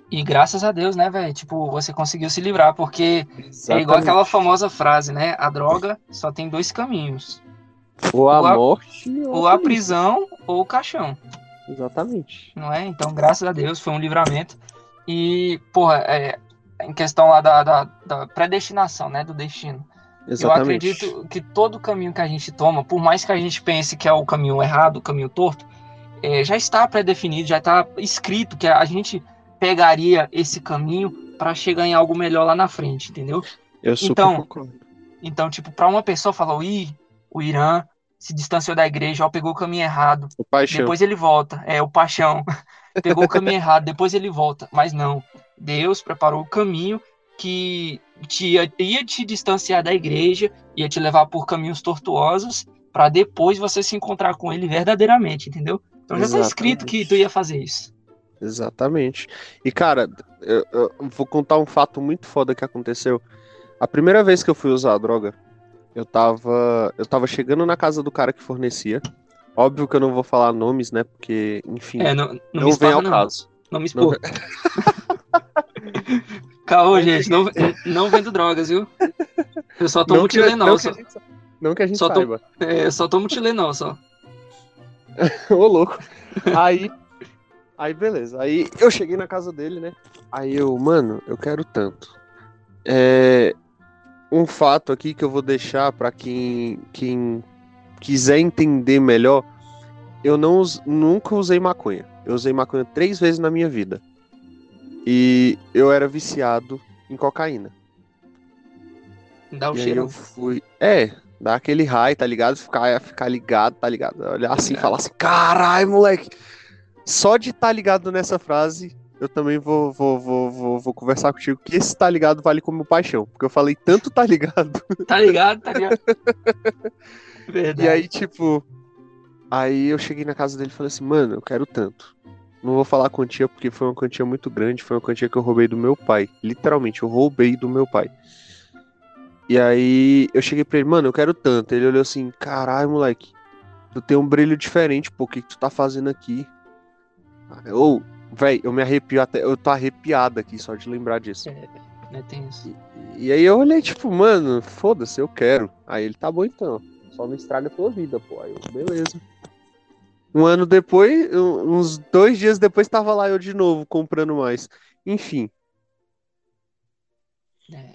E graças a Deus, né, velho? Tipo, você conseguiu se livrar, porque Exatamente. é igual aquela famosa frase, né? A droga só tem dois caminhos. Ou a Ou a, morte ou ou a a polícia. prisão ou o caixão, Exatamente. não é? Então, graças a Deus, foi um livramento. E, porra, é, em questão lá da, da, da predestinação, né? Do destino. Exatamente. Eu acredito que todo caminho que a gente toma, por mais que a gente pense que é o caminho errado, o caminho torto, é, já está pré-definido, já está escrito que a gente pegaria esse caminho para chegar em algo melhor lá na frente, entendeu? Eu super Então, concordo. então tipo, para uma pessoa falar, ih, o Irã se distanciou da igreja, ó, pegou o caminho errado, O paixão. depois ele volta, é o paixão, pegou o caminho errado, depois ele volta, mas não, Deus preparou o caminho que te, ia, ia te distanciar da igreja, ia te levar por caminhos tortuosos, para depois você se encontrar com ele verdadeiramente, entendeu? Então já está escrito que tu ia fazer isso. Exatamente. E, cara, eu, eu vou contar um fato muito foda que aconteceu. A primeira vez que eu fui usar a droga, eu tava, eu tava chegando na casa do cara que fornecia. Óbvio que eu não vou falar nomes, né? Porque, enfim, é, não, não, não me vem ao não. caso. Não me expor. Caô, gente, não, não vendo drogas, viu? Eu só tomo Tilenol. Não, só. que a gente, não que a gente só saiba. Tom, é, eu só tomo Tilenol, só. Ô, louco. Aí, aí, beleza. Aí eu cheguei na casa dele, né? Aí eu, mano, eu quero tanto. É... Um fato aqui que eu vou deixar pra quem, quem quiser entender melhor, eu não, nunca usei maconha. Eu usei maconha três vezes na minha vida. E eu era viciado em cocaína. Dá o e cheiro. Aí eu fui... É, dá aquele high, tá ligado? Ficar, ficar ligado, tá ligado? Olhar assim e falar assim, caralho, moleque. Só de estar tá ligado nessa frase, eu também vou, vou, vou, vou, vou conversar contigo que esse tá ligado vale como paixão. Porque eu falei tanto tá ligado. Tá ligado, tá ligado. Verdade. E aí, tipo... Aí eu cheguei na casa dele e falei assim, mano, eu quero tanto. Não vou falar a quantia porque foi uma quantia muito grande, foi uma quantia que eu roubei do meu pai. Literalmente, eu roubei do meu pai. E aí eu cheguei pra ele, mano, eu quero tanto. Ele olhou assim, caralho, moleque, tu tem um brilho diferente, pô, o que, que tu tá fazendo aqui? Ou, oh, velho, eu me arrepio até, eu tô arrepiado aqui só de lembrar disso. É, né, tem isso. E, e aí eu olhei, tipo, mano, foda-se, eu quero. Aí ele, tá bom então, só não estraga a tua vida, pô. Aí eu, beleza. Um ano depois, uns dois dias depois, tava lá eu de novo, comprando mais. Enfim. É.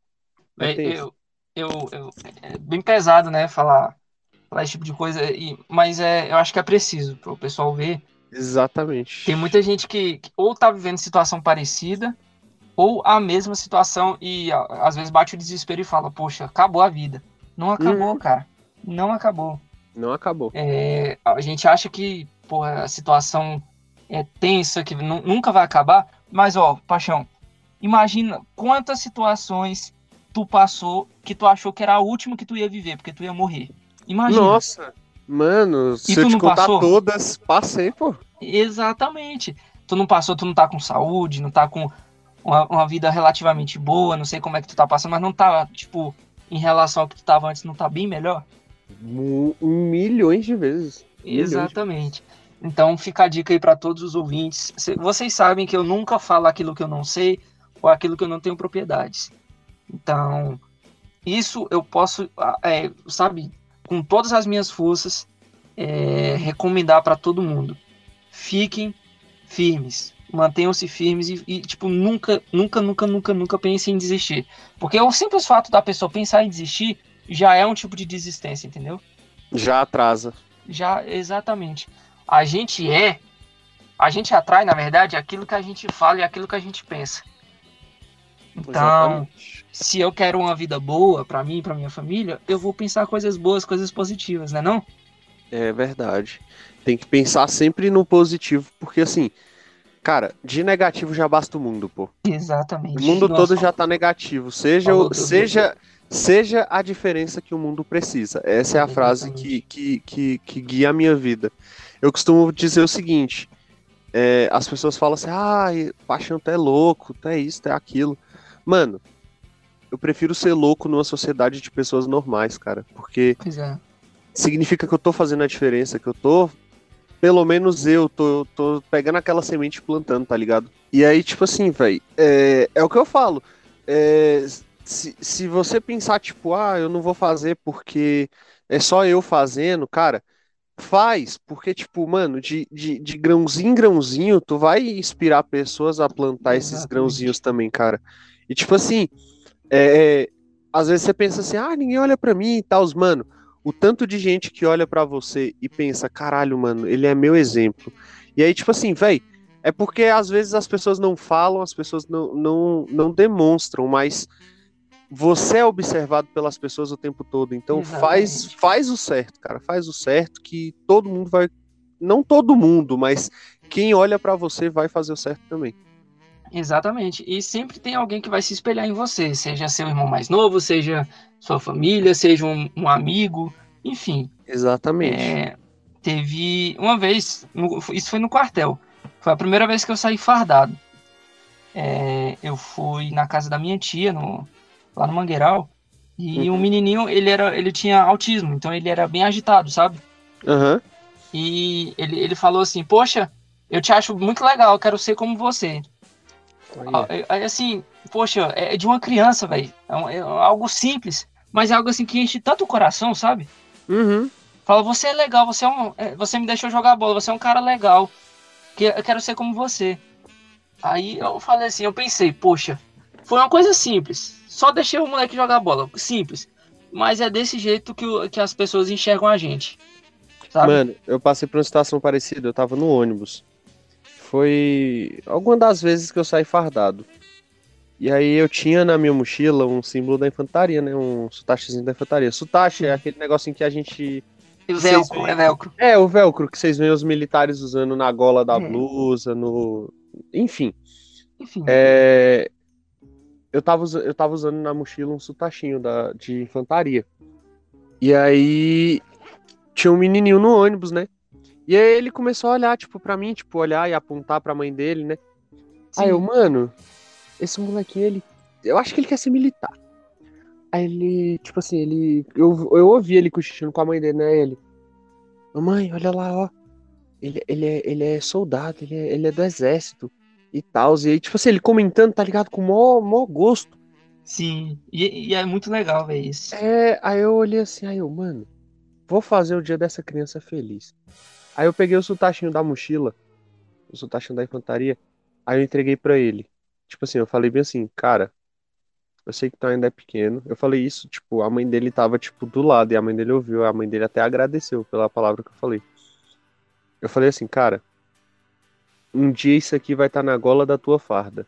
Eu, eu, eu, é bem pesado, né, falar, falar esse tipo de coisa, e, mas é, eu acho que é preciso para o pessoal ver. Exatamente. Tem muita gente que, que ou tá vivendo situação parecida, ou a mesma situação, e a, às vezes bate o desespero e fala, poxa, acabou a vida. Não acabou, hum. cara. Não acabou. Não acabou. É, a gente acha que porra, a situação é tensa, que nunca vai acabar, mas, ó, Paixão, imagina quantas situações tu passou que tu achou que era a última que tu ia viver, porque tu ia morrer. Imagina. Nossa, mano, se eu te contar passou? todas, passei, pô. Exatamente. Tu não passou, tu não tá com saúde, não tá com uma, uma vida relativamente boa, não sei como é que tu tá passando, mas não tá, tipo, em relação ao que tu tava antes, não tá bem melhor? Milhões de vezes. Exatamente. Então fica a dica aí para todos os ouvintes. Vocês sabem que eu nunca falo aquilo que eu não sei ou aquilo que eu não tenho propriedades. Então, isso eu posso, é, sabe, com todas as minhas forças, é, recomendar para todo mundo. Fiquem firmes, mantenham-se firmes e, e, tipo, nunca, nunca, nunca, nunca, nunca pensem em desistir. Porque o simples fato da pessoa pensar em desistir já é um tipo de desistência, entendeu? Já atrasa. Já, exatamente. A gente é, a gente atrai, na verdade, aquilo que a gente fala e aquilo que a gente pensa. Então, exatamente. Se eu quero uma vida boa para mim e para minha família, eu vou pensar coisas boas, coisas positivas, né não? É verdade. Tem que pensar sempre no positivo, porque assim, cara, de negativo já basta o mundo, pô. Exatamente. O mundo Nossa, todo já tá negativo. Seja, o, seja, seja a diferença que o mundo precisa. Essa é a frase que, que, que, que guia a minha vida. Eu costumo dizer o seguinte, é, as pessoas falam assim, ah, Paixão, tu é louco, tu é isso, tu é aquilo. Mano, eu prefiro ser louco numa sociedade de pessoas normais, cara, porque é. significa que eu tô fazendo a diferença, que eu tô, pelo menos eu, tô, tô pegando aquela semente e plantando, tá ligado? E aí, tipo assim, velho, é, é o que eu falo. É, se, se você pensar, tipo, ah, eu não vou fazer porque é só eu fazendo, cara, faz, porque, tipo, mano, de, de, de grãozinho em grãozinho, tu vai inspirar pessoas a plantar esses grãozinhos Exatamente. também, cara. E, tipo assim, é, é, às vezes você pensa assim, ah, ninguém olha pra mim e tal, mano. O tanto de gente que olha pra você e pensa, caralho, mano, ele é meu exemplo. E aí, tipo assim, velho, é porque às vezes as pessoas não falam, as pessoas não, não, não demonstram, mas você é observado pelas pessoas o tempo todo. Então faz, Exatamente. faz o certo, cara, faz o certo que todo mundo vai, não todo mundo, mas quem olha pra você vai fazer o certo também. Exatamente. E sempre tem alguém que vai se espelhar em você, seja seu irmão mais novo, seja sua família, seja um, um amigo, enfim. Exatamente. É, teve uma vez, no- isso foi no quartel, foi a primeira vez que eu saí fardado. É, eu fui na casa da minha tia, no, lá no Mangueiral, e um Uhum. menininho, ele, era, ele tinha autismo, então ele era bem agitado, sabe? Aham. E ele, ele falou assim, poxa, eu te acho muito legal, eu quero ser como você. Olha. Aí, assim, poxa, é de uma criança, velho. É, um- é algo simples, mas é algo assim que enche tanto o coração, sabe? Uhum. Fala, você é legal, você é um, é, você me deixou jogar bola, você é um cara legal, que eu quero ser como você. Aí eu falei assim, eu pensei, poxa, foi uma coisa simples, só deixei o moleque jogar bola, simples. Mas é desse jeito que, o- que as pessoas enxergam a gente, sabe? Mano, eu passei por uma situação parecida, eu tava no ônibus. Foi alguma das vezes que eu saí fardado. E aí eu tinha na minha mochila um símbolo da infantaria, né? Um sutachezinho da infantaria. Sutache é Sim. aquele negocinho que a gente. E Que vocês velcro, é veem. velcro. É, o velcro que vocês veem os militares usando na gola da É, blusa, no. Enfim. enfim, É, eu tava, usa- eu tava usando na mochila um sutachinho da, de infantaria. E aí tinha um menininho no ônibus, né? E aí ele começou a olhar, tipo, pra mim, tipo, olhar e apontar pra mãe dele, né? Aí eu, sim. mano, esse molequinho, ele. Eu acho que ele quer ser militar. Aí ele, tipo assim, ele. Eu, eu ouvi ele cochichando com a mãe dele, né? Ele. Mamãe, olha lá, ó. Ele, ele, é, ele é soldado, ele é, ele é do exército e tal. E aí, tipo assim, ele comentando, tá ligado? Com o maior, maior gosto. Sim, e, e é muito legal ver isso. É, aí eu olhei assim, aí eu, mano, vou fazer o dia dessa criança feliz. Aí eu peguei o sutachinho da mochila, o sutachinho da infantaria, aí eu entreguei pra ele. Tipo assim, eu falei bem assim, cara. Eu sei que tu ainda é pequeno. Eu falei isso, tipo, a mãe dele tava, tipo, do lado e a mãe dele ouviu. A mãe dele até agradeceu pela palavra que eu falei. Eu falei assim, cara, um dia isso aqui vai estar na gola da tua farda.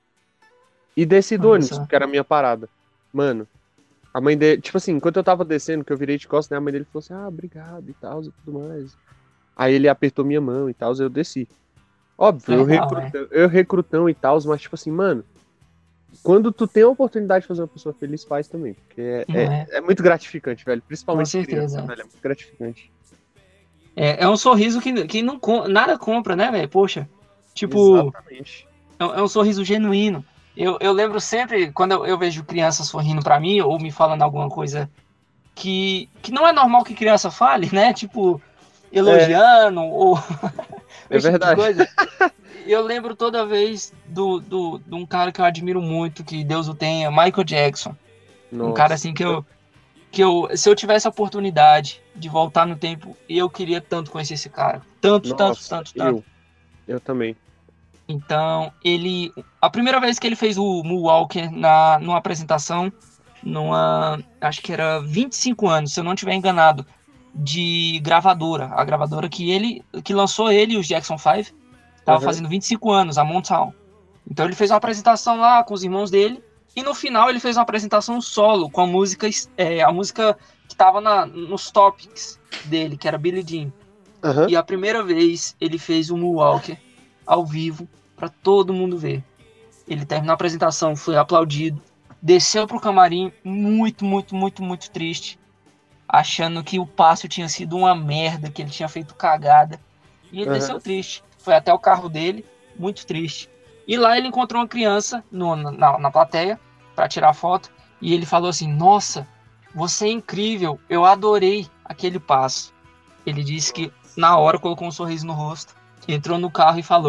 E desci do Olha ônibus, só. porque era a minha parada. Mano, a mãe dele, tipo assim, enquanto eu tava descendo, que eu virei de costas, né, a mãe dele falou assim, ah, obrigado e tal, e tudo mais. Aí ele apertou minha mão e tal, eu desci. Óbvio, eu Legal, velho. recrutão, eu recrutão e tal, mas tipo assim, mano, quando tu tem a oportunidade de fazer uma pessoa feliz, faz também. Porque é, Não é, é? é muito gratificante, velho. Com Principalmente criança, certeza. velho. É muito gratificante. É, é um sorriso que, que não, com- nada compra, né, velho? Poxa. Tipo, Exatamente. é, um é um sorriso genuíno. Eu, eu lembro sempre, quando eu, eu vejo crianças sorrindo pra mim ou me falando alguma coisa que, que não é normal que criança fale, né? Tipo, É, elogiando ou é esse tipo de verdade. coisa. Eu lembro toda vez do, do, de um cara que eu admiro muito, que Deus o tenha, Michael Jackson. Um cara Nossa. assim que eu, que eu, se eu tivesse a oportunidade de voltar no tempo, eu queria tanto conhecer esse cara. Tanto, tanto, Nossa, tanto, tanto. eu. Eu também. Então, ele. A primeira vez que ele fez o Moonwalker na, numa apresentação, numa. Acho que era vinte e cinco anos, se eu não estiver enganado, de gravadora. A gravadora que ele. Que lançou ele e os Jackson Five. Tava Aham. fazendo vinte e cinco anos, a Motown. Então ele fez uma apresentação lá com os irmãos dele. E no final ele fez uma apresentação solo com a música, é, a música que tava na, nos topics dele, que era Billie Jean. Aham. E a primeira vez ele fez o Moonwalker ao vivo para todo mundo ver. Ele terminou a apresentação, foi aplaudido, desceu pro camarim muito, muito, muito, muito triste, achando que o passo tinha sido uma merda, que ele tinha feito cagada. E ele desceu Aham. triste. Foi até o carro dele, muito triste. E lá ele encontrou uma criança no, na, na plateia para tirar foto. E ele falou assim: Nossa, você é incrível, eu adorei aquele passo. Ele disse que na hora colocou um sorriso no rosto, entrou no carro e falou: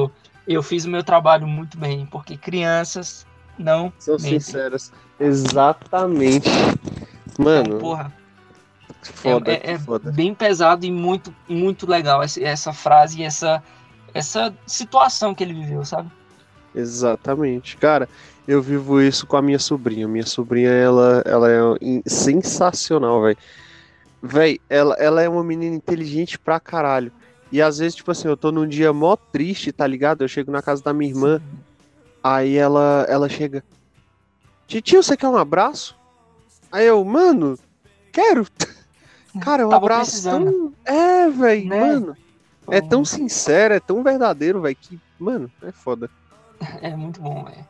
eu fiz o meu trabalho muito bem, porque crianças não são mentem. sinceras. Exatamente. Mano, então, porra, foda, é, é, foda. é bem pesado e muito, muito legal essa, essa frase e essa, essa situação que ele viveu, sabe? Exatamente. Cara, eu vivo isso com a minha sobrinha. Minha sobrinha, ela, ela é sensacional, velho. Véi, ela, ela é uma menina inteligente pra caralho. E às vezes, tipo assim, eu tô num dia mó triste, tá ligado? Eu chego na casa da minha irmã, Sim. aí ela, ela chega. Titio, você quer um abraço? Aí eu, mano, quero. Cara, é um Tava abraço precisando. tão... É, velho, Né? mano. É tão sincero, é tão verdadeiro, velho, que, mano, é foda. É muito bom, velho.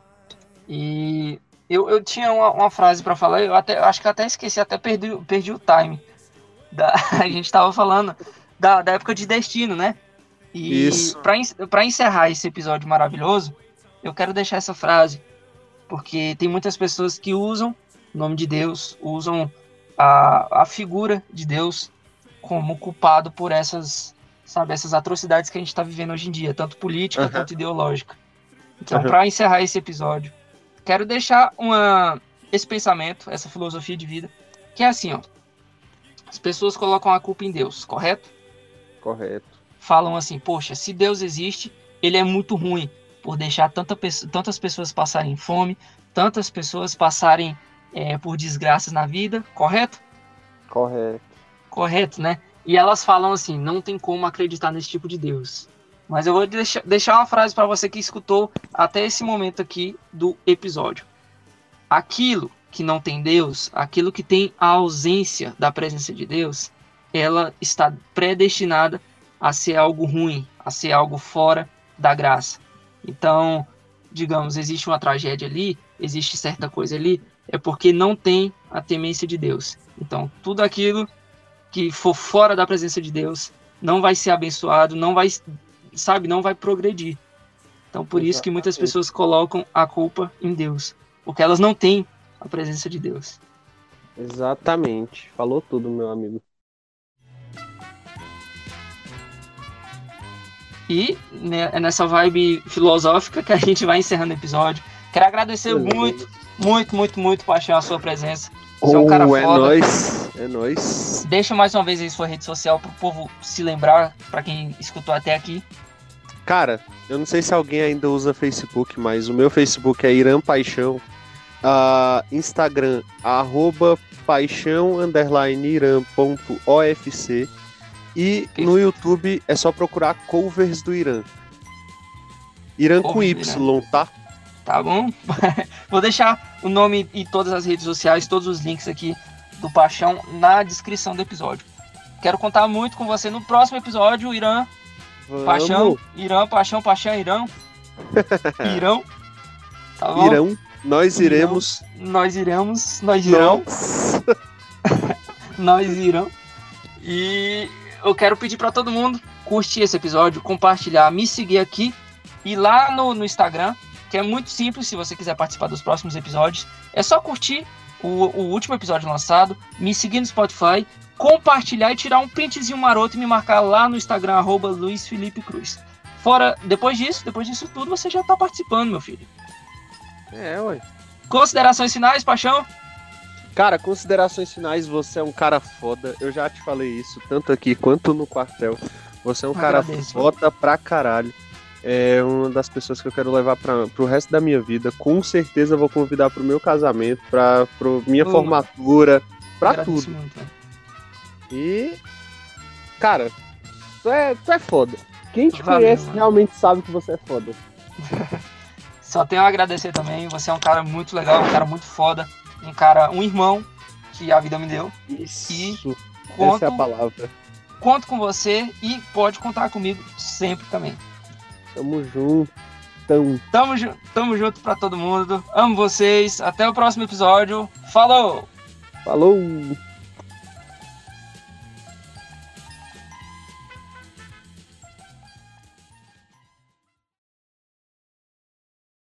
E eu, eu tinha uma, uma frase pra falar, eu até eu acho que eu até esqueci, até perdi, perdi o time. Da, a gente tava falando da, da época de Destino, né? E Isso. pra, en- pra encerrar esse episódio maravilhoso, eu quero deixar essa frase, porque tem muitas pessoas que usam o nome de Deus, usam a, a figura de Deus como culpado por essas, sabe, essas atrocidades que a gente está vivendo hoje em dia, tanto política Aham. quanto ideológica. Então, Aham. para encerrar esse episódio, quero deixar uma, esse pensamento, essa filosofia de vida, que é assim, ó. As pessoas colocam a culpa em Deus, correto? Correto. Falam assim, poxa, se Deus existe, ele é muito ruim por deixar tanta, tantas pessoas passarem fome, tantas pessoas passarem é, por desgraças na vida, correto? Correto. Correto, né? E elas falam assim, não tem como acreditar nesse tipo de Deus. Mas eu vou deixar, deixar uma frase para você que escutou até esse momento aqui do episódio. Aquilo que não tem Deus, aquilo que tem a ausência da presença de Deus, ela está predestinada a ser algo ruim, a ser algo fora da graça. Então, digamos, existe uma tragédia ali, existe certa coisa ali, é porque não tem a temência de Deus. Então, tudo aquilo que for fora da presença de Deus não vai ser abençoado, não vai, sabe, não vai progredir. Então, por isso que muitas pessoas colocam a culpa em Deus, porque elas não têm a presença de Deus. Exatamente. Falou tudo, meu amigo. E né, é nessa vibe filosófica que a gente vai encerrando o episódio. Quero agradecer Beleza. muito, muito, muito, muito, Paixão, a sua presença. Você é um cara Oh, é foda. nóis. É nóis. Deixa mais uma vez aí sua rede social pro povo se lembrar, pra quem escutou até aqui. Cara, eu não sei se alguém ainda usa Facebook, mas o meu Facebook é Irã Paixão. Uh, Instagram, arroba paixão, underline, irã ponto ofc. E no YouTube é só procurar covers do Irã. Irã com Covers do Y, tá? Tá bom? Vou deixar o nome e todas as redes sociais, todos os links aqui do Paixão na descrição do episódio. Quero contar muito com você no próximo episódio, Irã. Vamos. Paixão, Irã, Paixão, Paixão, Irã. Irão. Tá bom? Irão, nós iremos. Irão, nós iremos, nós irão. Nós. Nós irão. E eu quero pedir para todo mundo curtir esse episódio, compartilhar, me seguir aqui e lá no, no Instagram, que é muito simples se você quiser participar dos próximos episódios. É só curtir o, o último episódio lançado, me seguir no Spotify, compartilhar e tirar um printzinho maroto e me marcar lá no Instagram, arroba Luiz Felipe Cruz. Fora, depois disso, depois disso tudo, você já tá participando, meu filho. É, ué. Considerações finais, Paixão? Cara, considerações finais, você é um cara foda. Eu já te falei isso, tanto aqui quanto no quartel. Você é um cara Agradeço. foda pra caralho. É uma das pessoas que eu quero levar pra, pro resto da minha vida. Com certeza vou convidar pro meu casamento, pra pro minha Ô, formatura, pra Agradeço tudo. muito, velho. E, cara, tu é, tu é foda. Quem te Valeu, conhece mano. realmente sabe que você é foda. Só tenho a agradecer também. Você é um cara muito legal, um cara muito foda, um cara, um irmão que a vida me deu. Isso, Conto, essa é a palavra. conto com você e pode contar comigo sempre também. Tamo junto. Tamo. Tamo, ju- tamo junto pra todo mundo. Amo vocês. Até o próximo episódio. Falou! Falou!